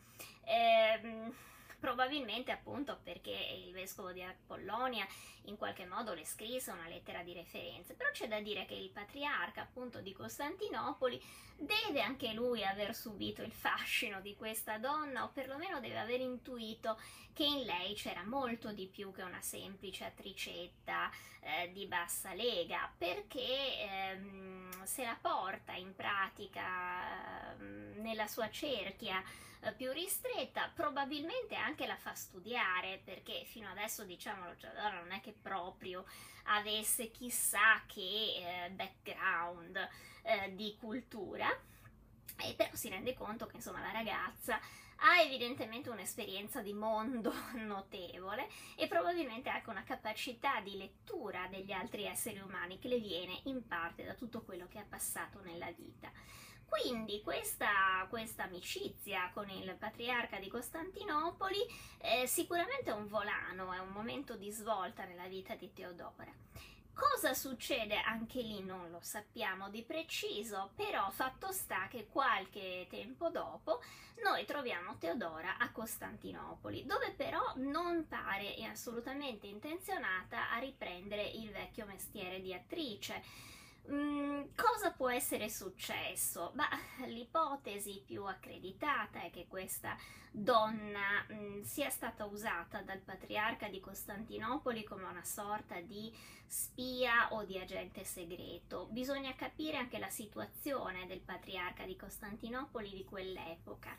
[SPEAKER 1] Probabilmente appunto perché il vescovo di Apollonia in qualche modo le scrisse una lettera di referenza, però c'è da dire che il patriarca appunto di Costantinopoli deve anche lui aver subito il fascino di questa donna, o perlomeno deve aver intuito che in lei c'era molto di più che una semplice attricetta di bassa lega, perché se la porta in pratica nella sua cerchia più ristretta, probabilmente anche la fa studiare, perché fino adesso, diciamolo, Teodora non è che proprio avesse chissà che background di cultura, e però si rende conto che insomma la ragazza ha evidentemente un'esperienza di mondo notevole, e probabilmente anche una capacità di lettura degli altri esseri umani che le viene in parte da tutto quello che ha passato nella vita. Quindi questa amicizia con il patriarca di Costantinopoli sicuramente è un volano, è un momento di svolta nella vita di Teodora. Cosa succede anche lì non lo sappiamo di preciso, però fatto sta che qualche tempo dopo noi troviamo Teodora a Costantinopoli, dove però non pare assolutamente intenzionata a riprendere il vecchio mestiere di attrice. Cosa può essere successo? L'ipotesi più accreditata è che questa donna sia stata usata dal patriarca di Costantinopoli come una sorta di spia o di agente segreto. Bisogna capire anche la situazione del patriarca di Costantinopoli di quell'epoca.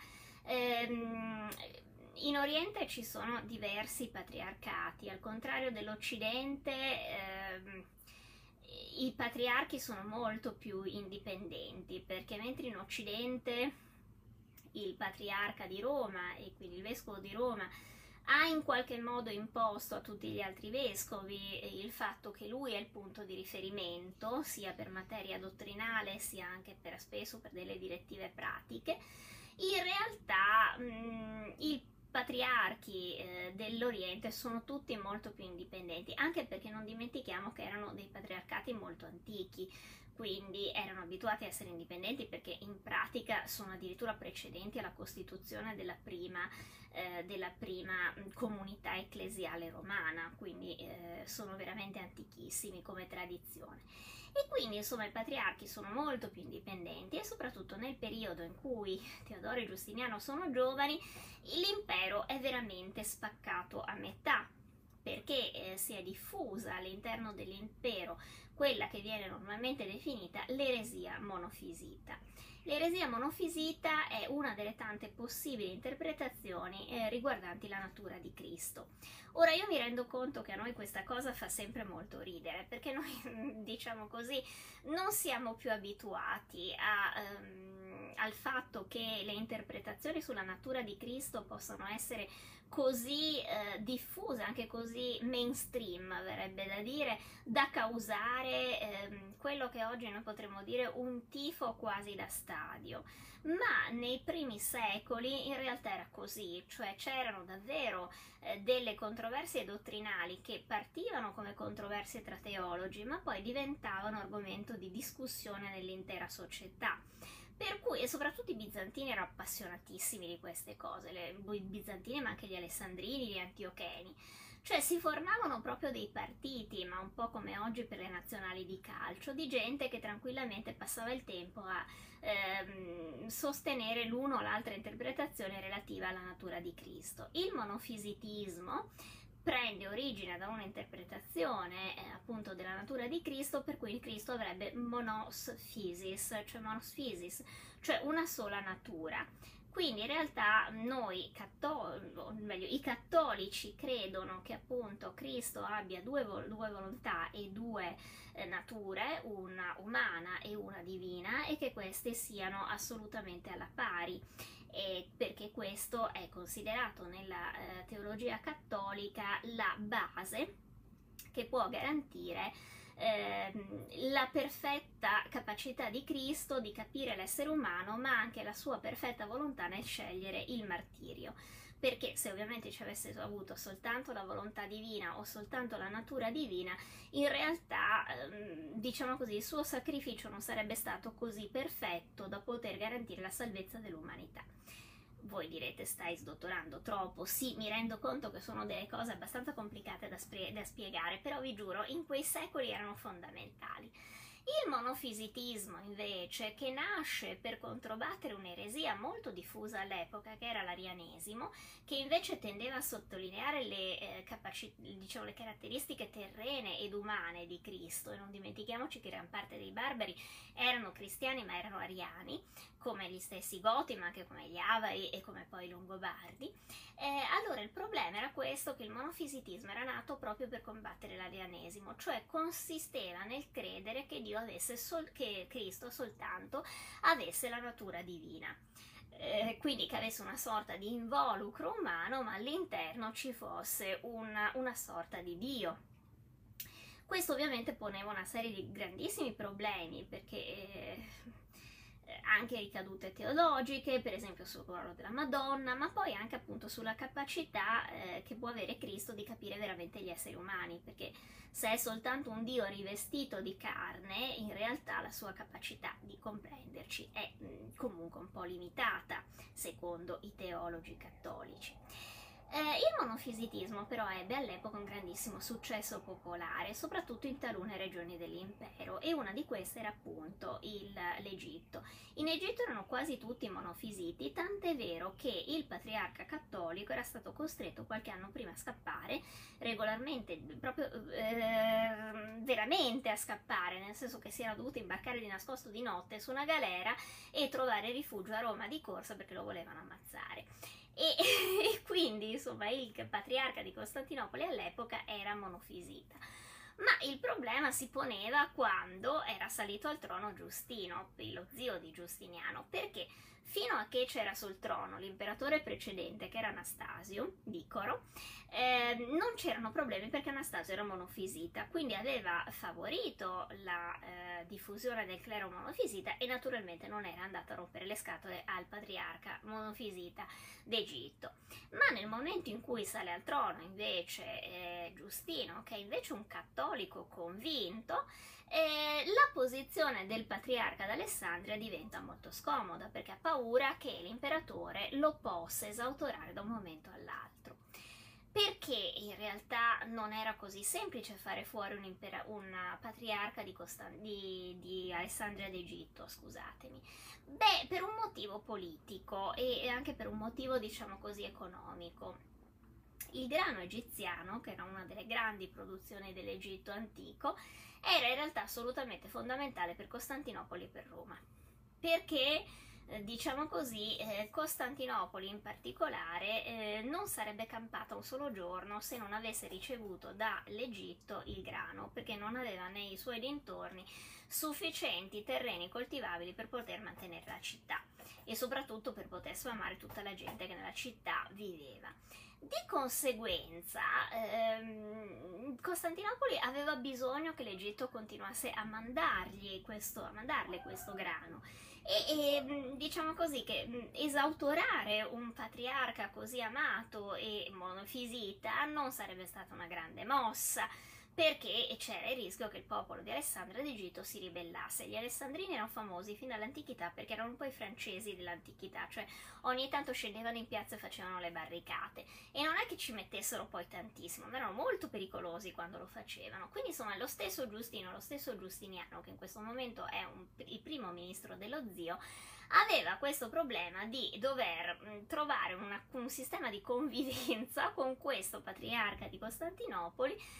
[SPEAKER 1] In Oriente ci sono diversi patriarcati, al contrario dell'Occidente. I patriarchi sono molto più indipendenti, perché mentre in Occidente il patriarca di Roma, e quindi il vescovo di Roma, ha in qualche modo imposto a tutti gli altri vescovi il fatto che lui è il punto di riferimento, sia per materia dottrinale sia anche spesso per delle direttive pratiche, in realtà il patriarchi dell'Oriente sono tutti molto più indipendenti, anche perché non dimentichiamo che erano dei patriarcati molto antichi, quindi erano abituati a essere indipendenti, perché in pratica sono addirittura precedenti alla costituzione della prima comunità ecclesiale romana, quindi sono veramente antichissimi come tradizione. E quindi insomma i patriarchi sono molto più indipendenti, e soprattutto nel periodo in cui Teodoro e Giustiniano sono giovani l'impero è veramente spaccato a metà, perché si è diffusa all'interno dell'impero quella che viene normalmente definita l'eresia monofisita. L'eresia monofisita è una delle tante possibili interpretazioni riguardanti la natura di Cristo. Ora, io mi rendo conto che a noi questa cosa fa sempre molto ridere, perché noi, diciamo così, non siamo più abituati al fatto che le interpretazioni sulla natura di Cristo possano essere così diffuse, anche così mainstream, verrebbe da dire, da causare quello che oggi noi potremmo dire un tifo quasi da stadio. Ma nei primi secoli in realtà era così, cioè c'erano davvero delle controversie dottrinali che partivano come controversie tra teologi, ma poi diventavano argomento di discussione nell'intera società. Per cui, e soprattutto i bizantini erano appassionatissimi di queste cose, i bizantini ma anche gli alessandrini, gli antiocheni. Cioè si formavano proprio dei partiti, ma un po' come oggi per le nazionali di calcio, di gente che tranquillamente passava il tempo a sostenere l'una o l'altra interpretazione relativa alla natura di Cristo. Il monofisitismo prende origine da un'interpretazione appunto della natura di Cristo, per cui il Cristo avrebbe monosphysis, cioè una sola natura. Quindi in realtà noi, i cattolici credono che appunto Cristo abbia due volontà e due nature, una umana e una divina, e che queste siano assolutamente alla pari. Perché questo è considerato nella teologia cattolica la base che può garantire la perfetta capacità di Cristo di capire l'essere umano, ma anche la sua perfetta volontà nel scegliere il martirio. Perché se ovviamente ci avesse avuto soltanto la volontà divina o soltanto la natura divina, in realtà, diciamo così, il suo sacrificio non sarebbe stato così perfetto da poter garantire la salvezza dell'umanità. Voi direte, stai sdottorando troppo. Sì, mi rendo conto che sono delle cose abbastanza complicate da spiegare, però vi giuro, in quei secoli erano fondamentali. Il monofisitismo, invece, che nasce per controbattere un'eresia molto diffusa all'epoca, che era l'arianesimo, che invece tendeva a sottolineare le caratteristiche terrene ed umane di Cristo, e non dimentichiamoci che gran parte dei barbari erano cristiani ma erano ariani, come gli stessi Goti, ma anche come gli Avari e come poi i Longobardi. Allora il problema era questo, che il monofisitismo era nato proprio per combattere l'arianesimo, cioè consisteva nel credere che che Cristo soltanto avesse la natura divina. Quindi che avesse una sorta di involucro umano, ma all'interno ci fosse una sorta di Dio. Questo ovviamente poneva una serie di grandissimi problemi, perché anche ricadute teologiche, per esempio sul ruolo della Madonna, ma poi anche appunto sulla capacità che può avere Cristo di capire veramente gli esseri umani, perché se è soltanto un Dio rivestito di carne, in realtà la sua capacità di comprenderci è comunque un po' limitata, secondo i teologi cattolici. Il monofisitismo però ebbe all'epoca un grandissimo successo popolare, soprattutto in talune regioni dell'impero, e una di queste era appunto l'Egitto. In Egitto erano quasi tutti monofisiti, tant'è vero che il patriarca cattolico era stato costretto qualche anno prima a scappare, regolarmente, proprio veramente a scappare, nel senso che si era dovuto imbarcare di nascosto di notte su una galera e trovare rifugio a Roma di corsa perché lo volevano ammazzare. E quindi insomma il patriarca di Costantinopoli all'epoca era monofisita. Ma il problema si poneva quando era salito al trono Giustino, lo zio di Giustiniano, perché fino a che c'era sul trono l'imperatore precedente, che era Anastasio di Coro, non c'erano problemi perché Anastasio era monofisita, quindi aveva favorito la diffusione del clero monofisita e naturalmente non era andato a rompere le scatole al patriarca monofisita d'Egitto. Ma nel momento in cui sale al trono invece Giustino, che è invece un cattolico convinto, la posizione del patriarca d'Alessandria diventa molto scomoda, perché ha paura che l'imperatore lo possa esautorare da un momento all'altro. Perché in realtà non era così semplice fare fuori un patriarca di Alessandria d'Egitto, scusatemi. Beh, per un motivo politico e anche per un motivo, diciamo così, economico. Il grano egiziano, che era una delle grandi produzioni dell'Egitto antico, era in realtà assolutamente fondamentale per Costantinopoli e per Roma. Perché diciamo così, Costantinopoli in particolare non sarebbe campata un solo giorno se non avesse ricevuto dall'Egitto il grano, perché non aveva nei suoi dintorni sufficienti terreni coltivabili per poter mantenere la città. e soprattutto per poter sfamare tutta la gente che nella città viveva. Di conseguenza, Costantinopoli aveva bisogno che l'Egitto continuasse a mandarle questo grano. Diciamo così che esautorare un patriarca così amato e monofisita non sarebbe stata una grande mossa, perché c'era il rischio che il popolo di Alessandria d'Egitto si ribellasse. Gli alessandrini erano famosi fin dall'antichità perché erano un po' i francesi dell'antichità, cioè ogni tanto scendevano in piazza e facevano le barricate, e non è che ci mettessero poi tantissimo, ma erano molto pericolosi quando lo facevano. Quindi insomma lo stesso Giustiniano, che in questo momento è il primo ministro dello zio, aveva questo problema di dover trovare un sistema di convivenza con questo patriarca di Costantinopoli,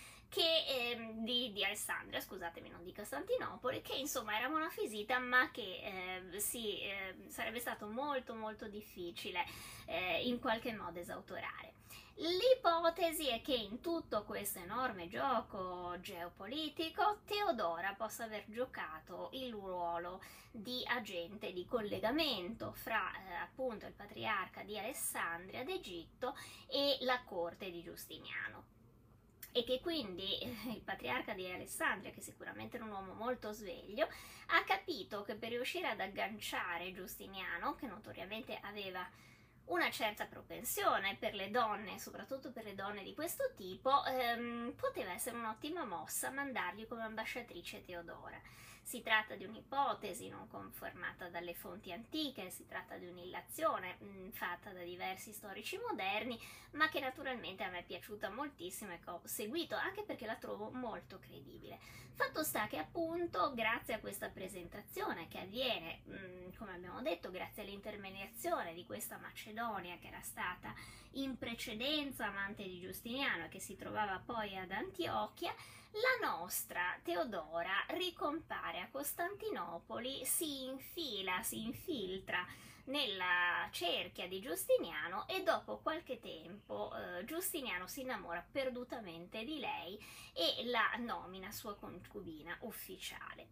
[SPEAKER 1] di Alessandria, scusatemi, non di Costantinopoli, che insomma era monofisita, ma che sarebbe stato molto molto difficile in qualche modo esautorare. L'ipotesi è che in tutto questo enorme gioco geopolitico Teodora possa aver giocato il ruolo di agente di collegamento fra appunto il patriarca di Alessandria d'Egitto e la corte di Giustiniano, e che quindi il patriarca di Alessandria, che sicuramente era un uomo molto sveglio, ha capito che per riuscire ad agganciare Giustiniano, che notoriamente aveva una certa propensione per le donne, soprattutto per le donne di questo tipo, poteva essere un'ottima mossa mandargli come ambasciatrice Teodora. Si tratta di un'ipotesi non confermata dalle fonti antiche, si tratta di un'illazione fatta da diversi storici moderni, ma che naturalmente a me è piaciuta moltissimo e che ho seguito, anche perché la trovo molto credibile. Fatto sta che appunto grazie a questa presentazione, che avviene, come abbiamo detto, grazie all'intermediazione di questa Macedonia che era stata in precedenza amante di Giustiniano e che si trovava poi ad Antiochia, la nostra Teodora ricompare a Costantinopoli, si infiltra nella cerchia di Giustiniano, e dopo qualche tempo Giustiniano si innamora perdutamente di lei e la nomina sua concubina ufficiale.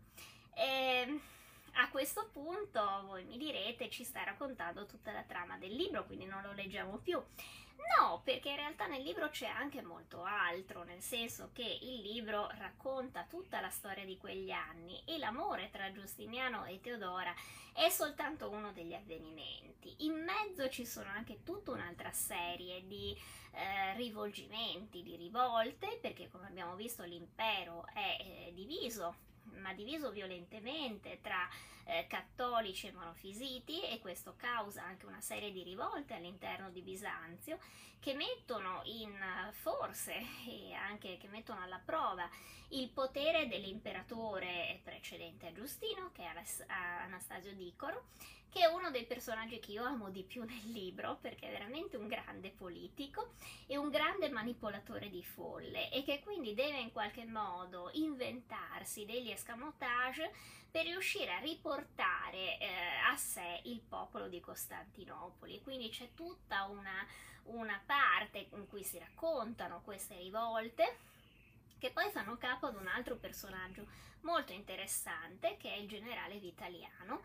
[SPEAKER 1] A questo punto voi mi direte: ci sta raccontando tutta la trama del libro, quindi non lo leggiamo più. No, perché in realtà nel libro c'è anche molto altro, nel senso che il libro racconta tutta la storia di quegli anni e l'amore tra Giustiniano e Teodora è soltanto uno degli avvenimenti. In mezzo ci sono anche tutta un'altra serie di rivolgimenti, di rivolte, perché come abbiamo visto l'impero è diviso, ma diviso violentemente tra cattolici e monofisiti, e questo causa anche una serie di rivolte all'interno di Bisanzio che mettono in forse e anche che mettono alla prova il potere dell'imperatore precedente a Giustino, che è Anastasio Dicoro, che è uno dei personaggi che io amo di più nel libro, perché è veramente un grande politico e un grande manipolatore di folle, e che quindi deve in qualche modo inventarsi degli escamotage per riuscire a riportare a sé il popolo di Costantinopoli. Quindi c'è tutta una parte in cui si raccontano queste rivolte, che poi fanno capo ad un altro personaggio molto interessante, che è il generale Vitaliano,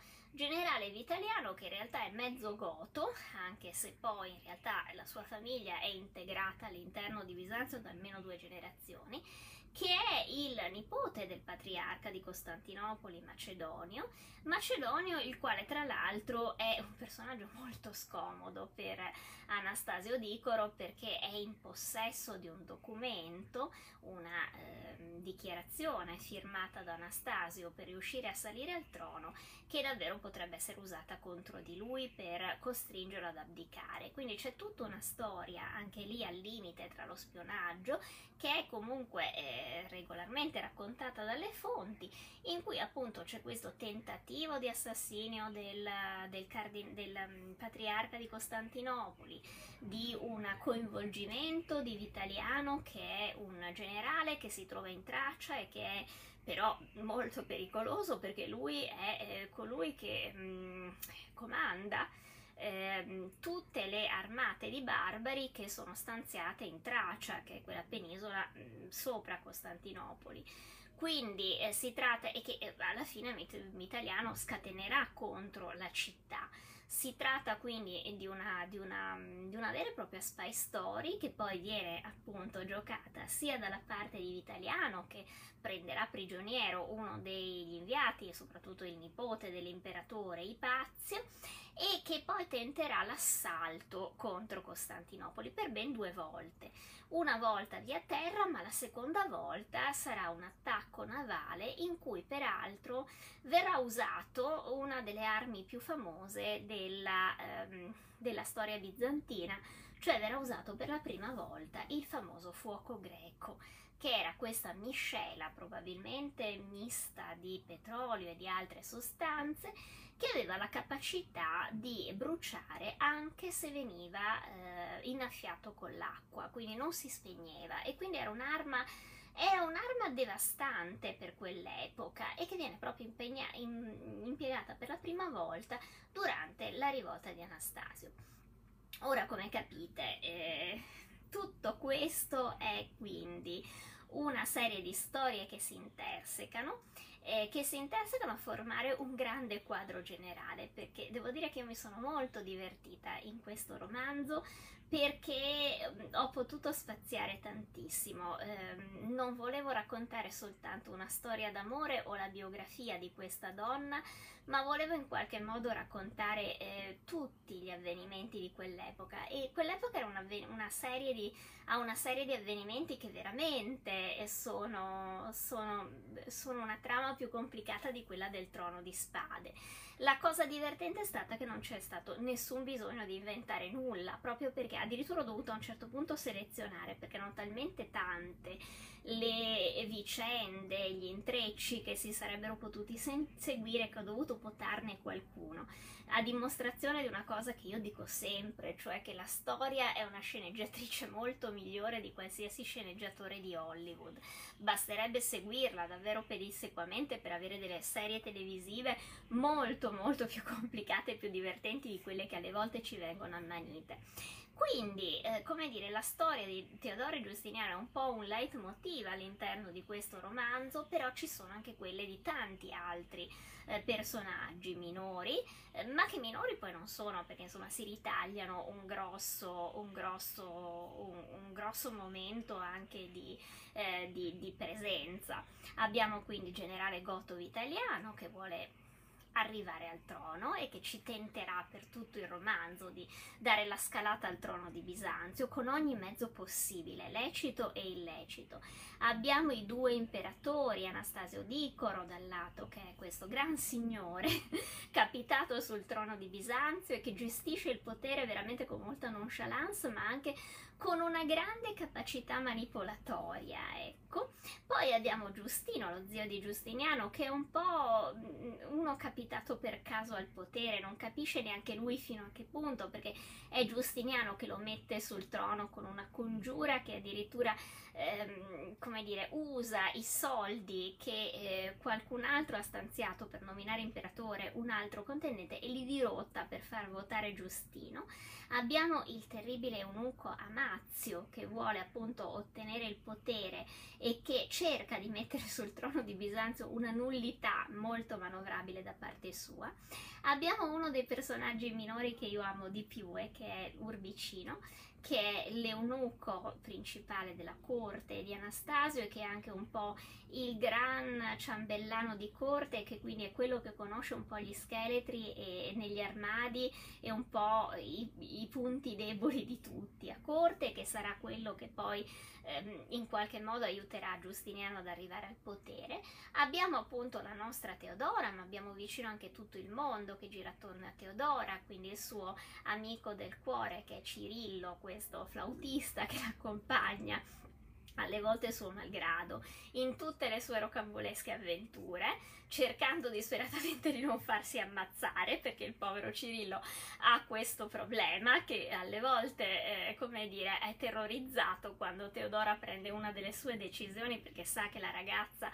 [SPEAKER 1] che in realtà è mezzo goto, anche se poi in realtà la sua famiglia è integrata all'interno di Bisanzio da almeno 2 generazioni, che è il nipote del patriarca di Costantinopoli Macedonio, il quale tra l'altro è un personaggio molto scomodo per Anastasio Dicoro, perché è in possesso di un documento, una dichiarazione firmata da Anastasio per riuscire a salire al trono, che davvero potrebbe essere usata contro di lui per costringerlo ad abdicare. Quindi c'è tutta una storia anche lì al limite tra lo spionaggio, che è comunque regolarmente raccontata dalle fonti, in cui appunto c'è questo tentativo di assassinio del patriarca di Costantinopoli, di un coinvolgimento di Vitaliano, che è un generale che si trova in traccia e che è però molto pericoloso, perché lui è colui che comanda tutte le armate di barbari che sono stanziate in Tracia, che è quella penisola sopra Costantinopoli. Quindi si tratta, e che alla fine Vitaliano scatenerà contro la città. Si tratta quindi di una vera e propria spy story che poi viene appunto giocata sia dalla parte di Vitaliano, che prenderà prigioniero uno degli inviati e soprattutto il nipote dell'imperatore Ipazio, e che poi tenterà l'assalto contro Costantinopoli per ben 2 volte. Una volta via terra, ma la seconda volta sarà un attacco navale in cui peraltro verrà usato una delle armi più famose della storia bizantina, cioè verrà usato per la prima volta il famoso fuoco greco, che era questa miscela probabilmente mista di petrolio e di altre sostanze, che aveva la capacità di bruciare anche se veniva innaffiato con l'acqua, quindi non si spegneva, e quindi era un'arma devastante per quell'epoca e che viene proprio impiegata per la prima volta durante la rivolta di Anastasio. Ora, come capite, tutto questo è quindi una serie di storie che si intersecano a formare un grande quadro generale, perché devo dire che io mi sono molto divertita in questo romanzo, perché ho potuto spaziare tantissimo. Non volevo raccontare soltanto una storia d'amore o la biografia di questa donna, ma volevo in qualche modo raccontare tutti gli avvenimenti di quell'epoca, e quell'epoca era una serie di avvenimenti che veramente sono una trama più complicata di quella del Trono di Spade. La cosa divertente è stata che non c'è stato nessun bisogno di inventare nulla, proprio perché addirittura ho dovuto a un certo punto selezionare, perché erano talmente tante le vicende, gli intrecci che si sarebbero potuti seguire, che ho dovuto potarne qualcuno, a dimostrazione di una cosa che io dico sempre, cioè che la storia è una sceneggiatrice molto migliore di qualsiasi sceneggiatore di Hollywood. Basterebbe seguirla davvero pedissequamente per avere delle serie televisive molto molto più complicate e più divertenti di quelle che alle volte ci vengono ammanite. Quindi, come dire, la storia di Teodoro Giustiniano è un po' un leitmotiv all'interno di questo romanzo, però ci sono anche quelle di tanti altri personaggi minori, ma che minori poi non sono, perché insomma si ritagliano un grosso momento anche di presenza. Abbiamo quindi generale Gotto Vitaliano, che vuole arrivare al trono e che ci tenterà per tutto il romanzo di dare la scalata al trono di Bisanzio con ogni mezzo possibile, lecito e illecito. Abbiamo i 2 imperatori, Anastasio Dicoro dal lato, che è questo gran signore capitato sul trono di Bisanzio e che gestisce il potere veramente con molta nonchalance, ma anche con una grande capacità manipolatoria, ecco. Poi abbiamo Giustino, lo zio di Giustiniano, che è un po' uno capitato per caso al potere, non capisce neanche lui fino a che punto, perché è Giustiniano che lo mette sul trono con una congiura che addirittura come dire, usa i soldi che qualcun altro ha stanziato per nominare imperatore un altro contendente e li dirotta per far votare Giustino. Abbiamo il terribile eunuco Amazio, che vuole appunto ottenere il potere e che cerca di mettere sul trono di Bisanzio una nullità molto manovrabile da parte sua. Abbiamo uno dei personaggi minori che io amo di più, che è Urbicino, che è l'eunuco principale della corte di Anastasio e che è anche un po' il gran ciambellano di corte, che quindi è quello che conosce un po' gli scheletri e negli armadi e un po' i punti deboli di tutti a corte, che sarà quello che poi in qualche modo aiuterà Giustiniano ad arrivare al potere. Abbiamo appunto la nostra Teodora, ma abbiamo vicino anche tutto il mondo che gira attorno a Teodora, quindi il suo amico del cuore che è Cirillo, questo flautista che l'accompagna alle volte suo malgrado in tutte le sue rocambolesche avventure, cercando disperatamente di non farsi ammazzare, perché il povero Cirillo ha questo problema che alle volte come dire, è terrorizzato quando Teodora prende una delle sue decisioni, perché sa che la ragazza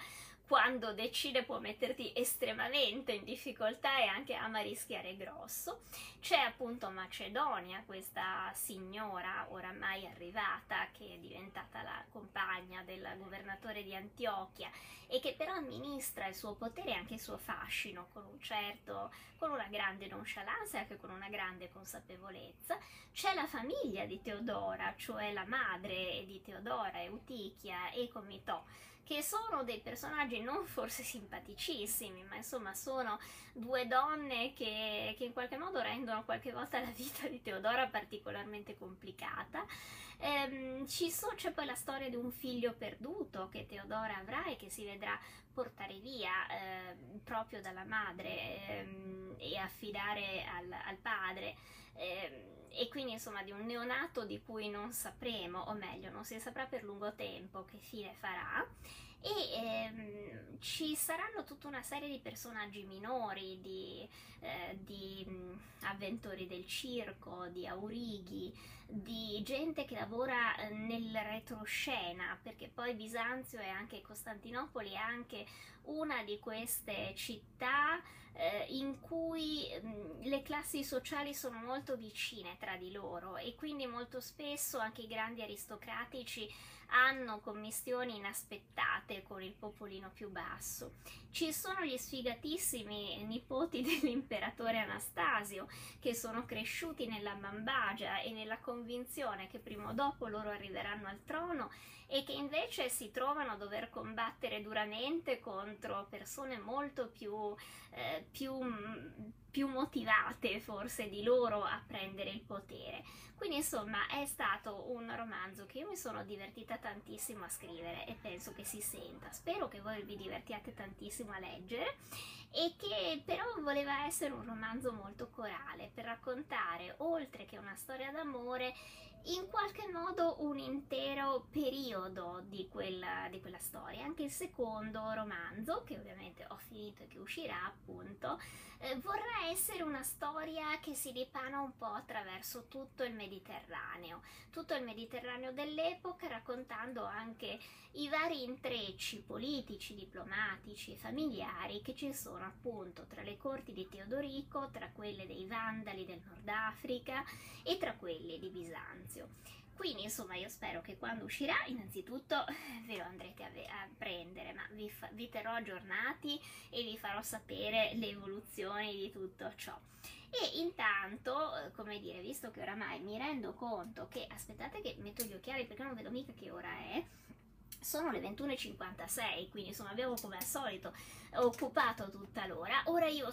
[SPEAKER 1] quando decide può metterti estremamente in difficoltà e anche ama rischiare grosso. C'è appunto Macedonia, questa signora oramai arrivata che è diventata la compagna del governatore di Antiochia e che però amministra il suo potere e anche il suo fascino con una grande nonchalance e anche con una grande consapevolezza. C'è la famiglia di Teodora, cioè la madre di Teodora, Eutichia e Comitò, che sono dei personaggi non forse simpaticissimi, ma insomma sono due donne che in qualche modo rendono qualche volta la vita di Teodora particolarmente complicata. C'è poi la storia di un figlio perduto che Teodora avrà e che si vedrà portare via proprio dalla madre e affidare al padre. E quindi insomma di un neonato di cui non sapremo, o meglio non si saprà per lungo tempo che fine farà, e ci saranno tutta una serie di personaggi minori, di avventori del circo, di aurighi, di gente che lavora nel retroscena, perché poi Bisanzio e anche Costantinopoli è anche una di queste città in cui le classi sociali sono molto vicine tra di loro e quindi molto spesso anche i grandi aristocratici hanno commistioni inaspettate con il popolino più basso. Ci sono gli sfigatissimi nipoti dell'imperatore Anastasio che sono cresciuti nella bambagia e nella convinzione che prima o dopo loro arriveranno al trono e che invece si trovano a dover combattere duramente contro persone molto più motivate forse di loro a prendere il potere. Quindi insomma è stato un romanzo che io mi sono divertita tantissimo a scrivere e penso che si senta. Spero che voi vi divertiate tantissimo a leggere e che però voleva essere un romanzo molto corale per raccontare, oltre che una storia d'amore, in qualche modo un intero periodo di quella storia. Anche il secondo romanzo, che ovviamente ho finito e che uscirà appunto, vorrà essere una storia che si dipana un po' attraverso tutto il Mediterraneo dell'epoca, raccontando anche i vari intrecci politici, diplomatici e familiari che ci sono appunto tra le corti di Teodorico, tra quelle dei Vandali del Nord Africa e tra quelle di Bisanzio. Quindi insomma io spero che quando uscirà innanzitutto ve lo andrete a prendere, ma vi terrò aggiornati e vi farò sapere le evoluzioni di tutto ciò. E intanto, come dire, visto che oramai mi rendo conto che, aspettate che metto gli occhiali perché non vedo mica che ora è, sono le 21:56, quindi insomma abbiamo come al solito occupato tutta l'ora. Ora io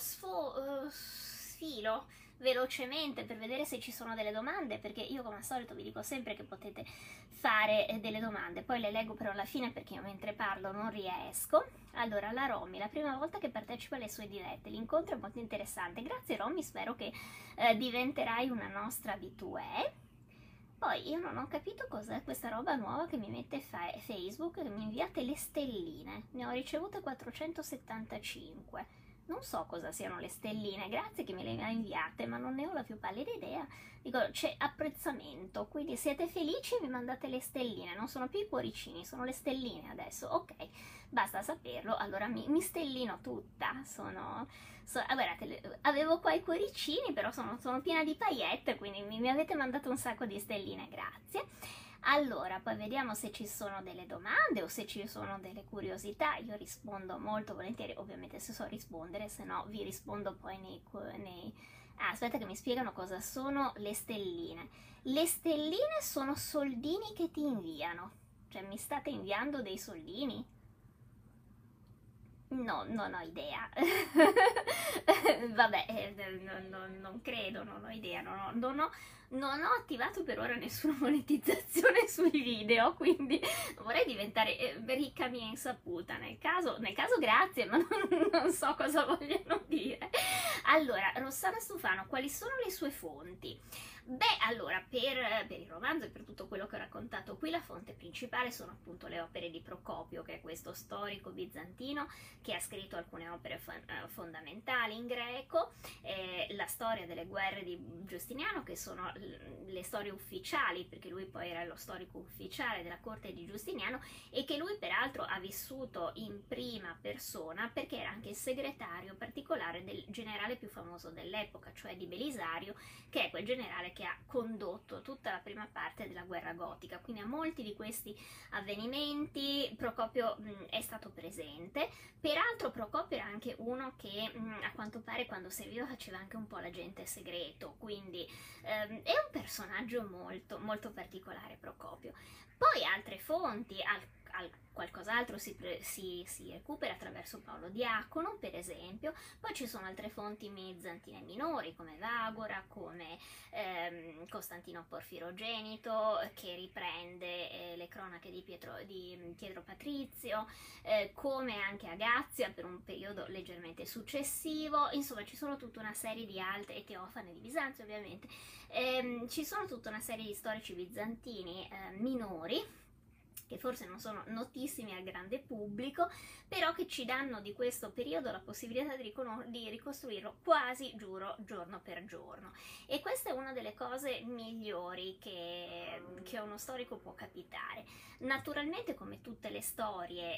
[SPEAKER 1] sfilo velocemente per vedere se ci sono delle domande, perché io come al solito vi dico sempre che potete fare delle domande, poi le leggo però alla fine perché io mentre parlo non riesco. Allora, la Romy, la prima volta che partecipa alle sue dirette, l'incontro è molto interessante. Grazie Romy, spero che diventerai una nostra abituée. Poi io non ho capito cos'è questa roba nuova che mi mette Facebook, che mi inviate le stelline, ne ho ricevute 475. Non so cosa siano le stelline, grazie che me le hai inviate, ma non ne ho la più pallida idea. Dico, c'è apprezzamento, quindi siete felici e mi mandate le stelline, non sono più i cuoricini, sono le stelline adesso, ok, basta saperlo, allora mi stellino tutta, guardate, avevo qua i cuoricini, però sono piena di paillette, quindi mi avete mandato un sacco di stelline, grazie. Allora, poi vediamo se ci sono delle domande o se ci sono delle curiosità. Io rispondo molto volentieri, ovviamente se so rispondere, se no vi rispondo poi aspetta che mi spiegano cosa sono le stelline. Le stelline sono soldini che ti inviano. Cioè, mi state inviando dei soldini? No, non ho idea. Vabbè, non credo, non ho idea, non ho attivato per ora nessuna monetizzazione sui video, quindi vorrei diventare ricca a mia insaputa. Nel caso grazie, ma non so cosa vogliono dire. Allora, Rossana Stufano, quali sono le sue fonti? Beh, allora, per il romanzo e per tutto quello che ho raccontato qui, la fonte principale sono appunto le opere di Procopio, che è questo storico bizantino che ha scritto alcune opere fondamentali in greco, la storia delle guerre di Giustiniano, che sono le storie ufficiali, perché lui poi era lo storico ufficiale della corte di Giustiniano, e che lui peraltro ha vissuto in prima persona, perché era anche il segretario particolare del generale più famoso dell'epoca, cioè di Belisario, che è quel generale che ha condotto tutta la prima parte della guerra gotica. Quindi a molti di questi avvenimenti Procopio è stato presente. Peraltro Procopio era anche uno che a quanto pare quando serviva faceva anche un po' l'agente segreto, quindi è un personaggio molto, molto particolare Procopio. Poi altre fonti, qualcos'altro si recupera attraverso Paolo Diacono, per esempio. Poi ci sono altre fonti bizantine minori, come Vagora, come Costantino Porfirogenito, che riprende le cronache di Pietro Patrizio, come anche Agazia per un periodo leggermente successivo. Insomma, ci sono tutta una serie di altre, e Teofane di Bisanzio ovviamente, ci sono tutta una serie di storici bizantini minori, che forse non sono notissimi al grande pubblico, però che ci danno di questo periodo la possibilità di ricostruirlo quasi, giuro, giorno per giorno. E questa è una delle cose migliori che uno storico può capitare. Naturalmente, come tutte le storie,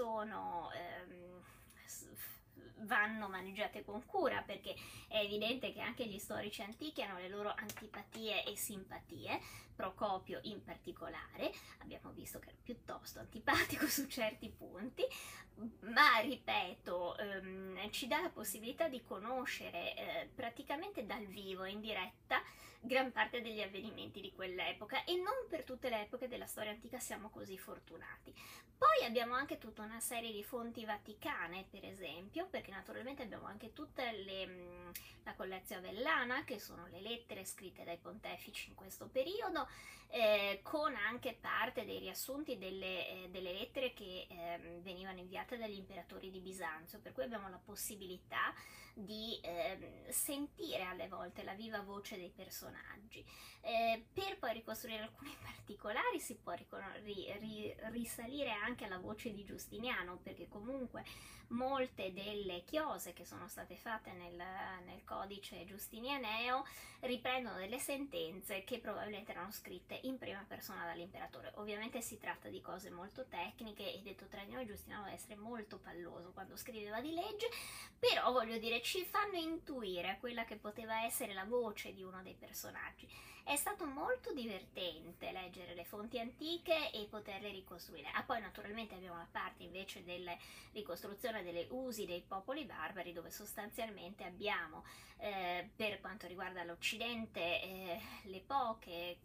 [SPEAKER 1] vanno maneggiate con cura, perché è evidente che anche gli storici antichi hanno le loro antipatie e simpatie. Procopio in particolare abbiamo visto che era piuttosto antipatico su certi punti, ma ripeto, ci dà la possibilità di conoscere praticamente dal vivo, in diretta, gran parte degli avvenimenti di quell'epoca, e non per tutte le epoche della storia antica siamo così fortunati. Poi abbiamo anche tutta una serie di fonti vaticane, per esempio, perché naturalmente abbiamo anche tutta la Collezione Avellana, che sono le lettere scritte dai pontefici in questo periodo, con anche parte dei riassunti delle lettere che venivano inviate dagli imperatori di Bisanzio, per cui abbiamo la possibilità di sentire alle volte la viva voce dei personaggi. Per poi ricostruire alcuni particolari si può risalire anche alla voce di Giustiniano, perché comunque molte delle chiose che sono state fatte nel codice giustinianeo riprendono delle sentenze che probabilmente erano scritte in prima persona dall'imperatore. Ovviamente si tratta di cose molto tecniche, e detto tra di noi Giustiniano deve essere molto palloso quando scriveva di legge, però voglio dire, ci fanno intuire quella che poteva essere la voce di uno dei personaggi. È stato molto divertente leggere le fonti antiche e poterle ricostruire. Poi naturalmente abbiamo la parte invece della ricostruzione delle usi dei popoli barbari, dove sostanzialmente abbiamo, per quanto riguarda l'Occidente, gli pochi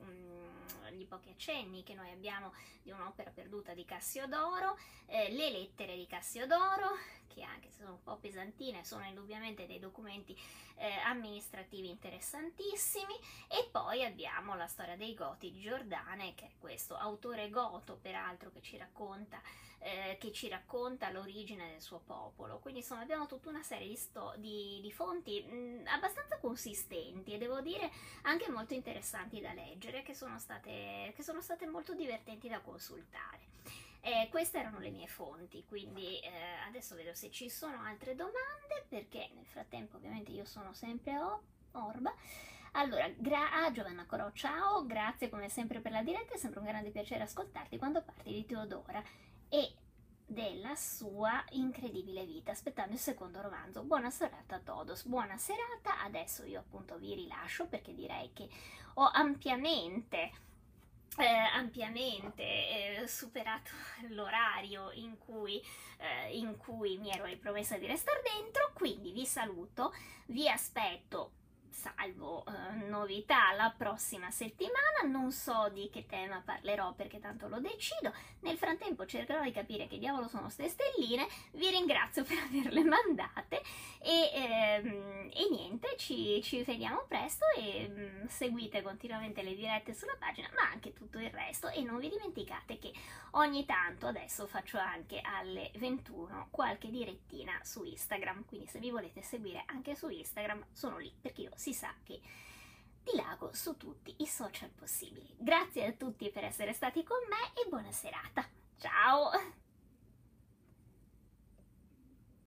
[SPEAKER 1] accenni che noi abbiamo di un'opera perduta di Cassiodoro, le lettere di Cassiodoro, che anche se sono un po' pesantine sono indubbiamente dei documenti amministrativi interessantissimi. E poi abbiamo la storia dei Goti di Giordane, che è questo autore goto peraltro che ci racconta l'origine del suo popolo. Quindi insomma abbiamo tutta una serie di fonti abbastanza consistenti, e devo dire anche molto interessanti da leggere, che sono state molto divertenti da consultare. Queste erano le mie fonti, quindi adesso vedo se ci sono altre domande, perché nel frattempo ovviamente io sono sempre Orba. Allora, Giovanna Corò, ciao, grazie come sempre per la diretta, è sempre un grande piacere ascoltarti quando parli di Teodora e della sua incredibile vita, aspettando il secondo romanzo. Buona serata a todos, buona serata. Adesso io appunto vi rilascio, perché direi che ho ampiamente superato l'orario in cui mi ero ripromessa di restare dentro, quindi vi saluto, vi aspetto, salvo novità, la prossima settimana. Non so di che tema parlerò, perché tanto lo decido. Nel frattempo cercherò di capire che diavolo sono ste stelline. Vi ringrazio per averle mandate e niente, ci vediamo presto, e seguite continuamente le dirette sulla pagina, ma anche tutto il resto, e non vi dimenticate che ogni tanto adesso faccio anche alle 21 qualche direttina su Instagram, quindi se vi volete seguire anche su Instagram sono lì, perché io si sa che dilago su tutti i social possibili. Grazie a tutti per essere stati con me e buona serata. Ciao!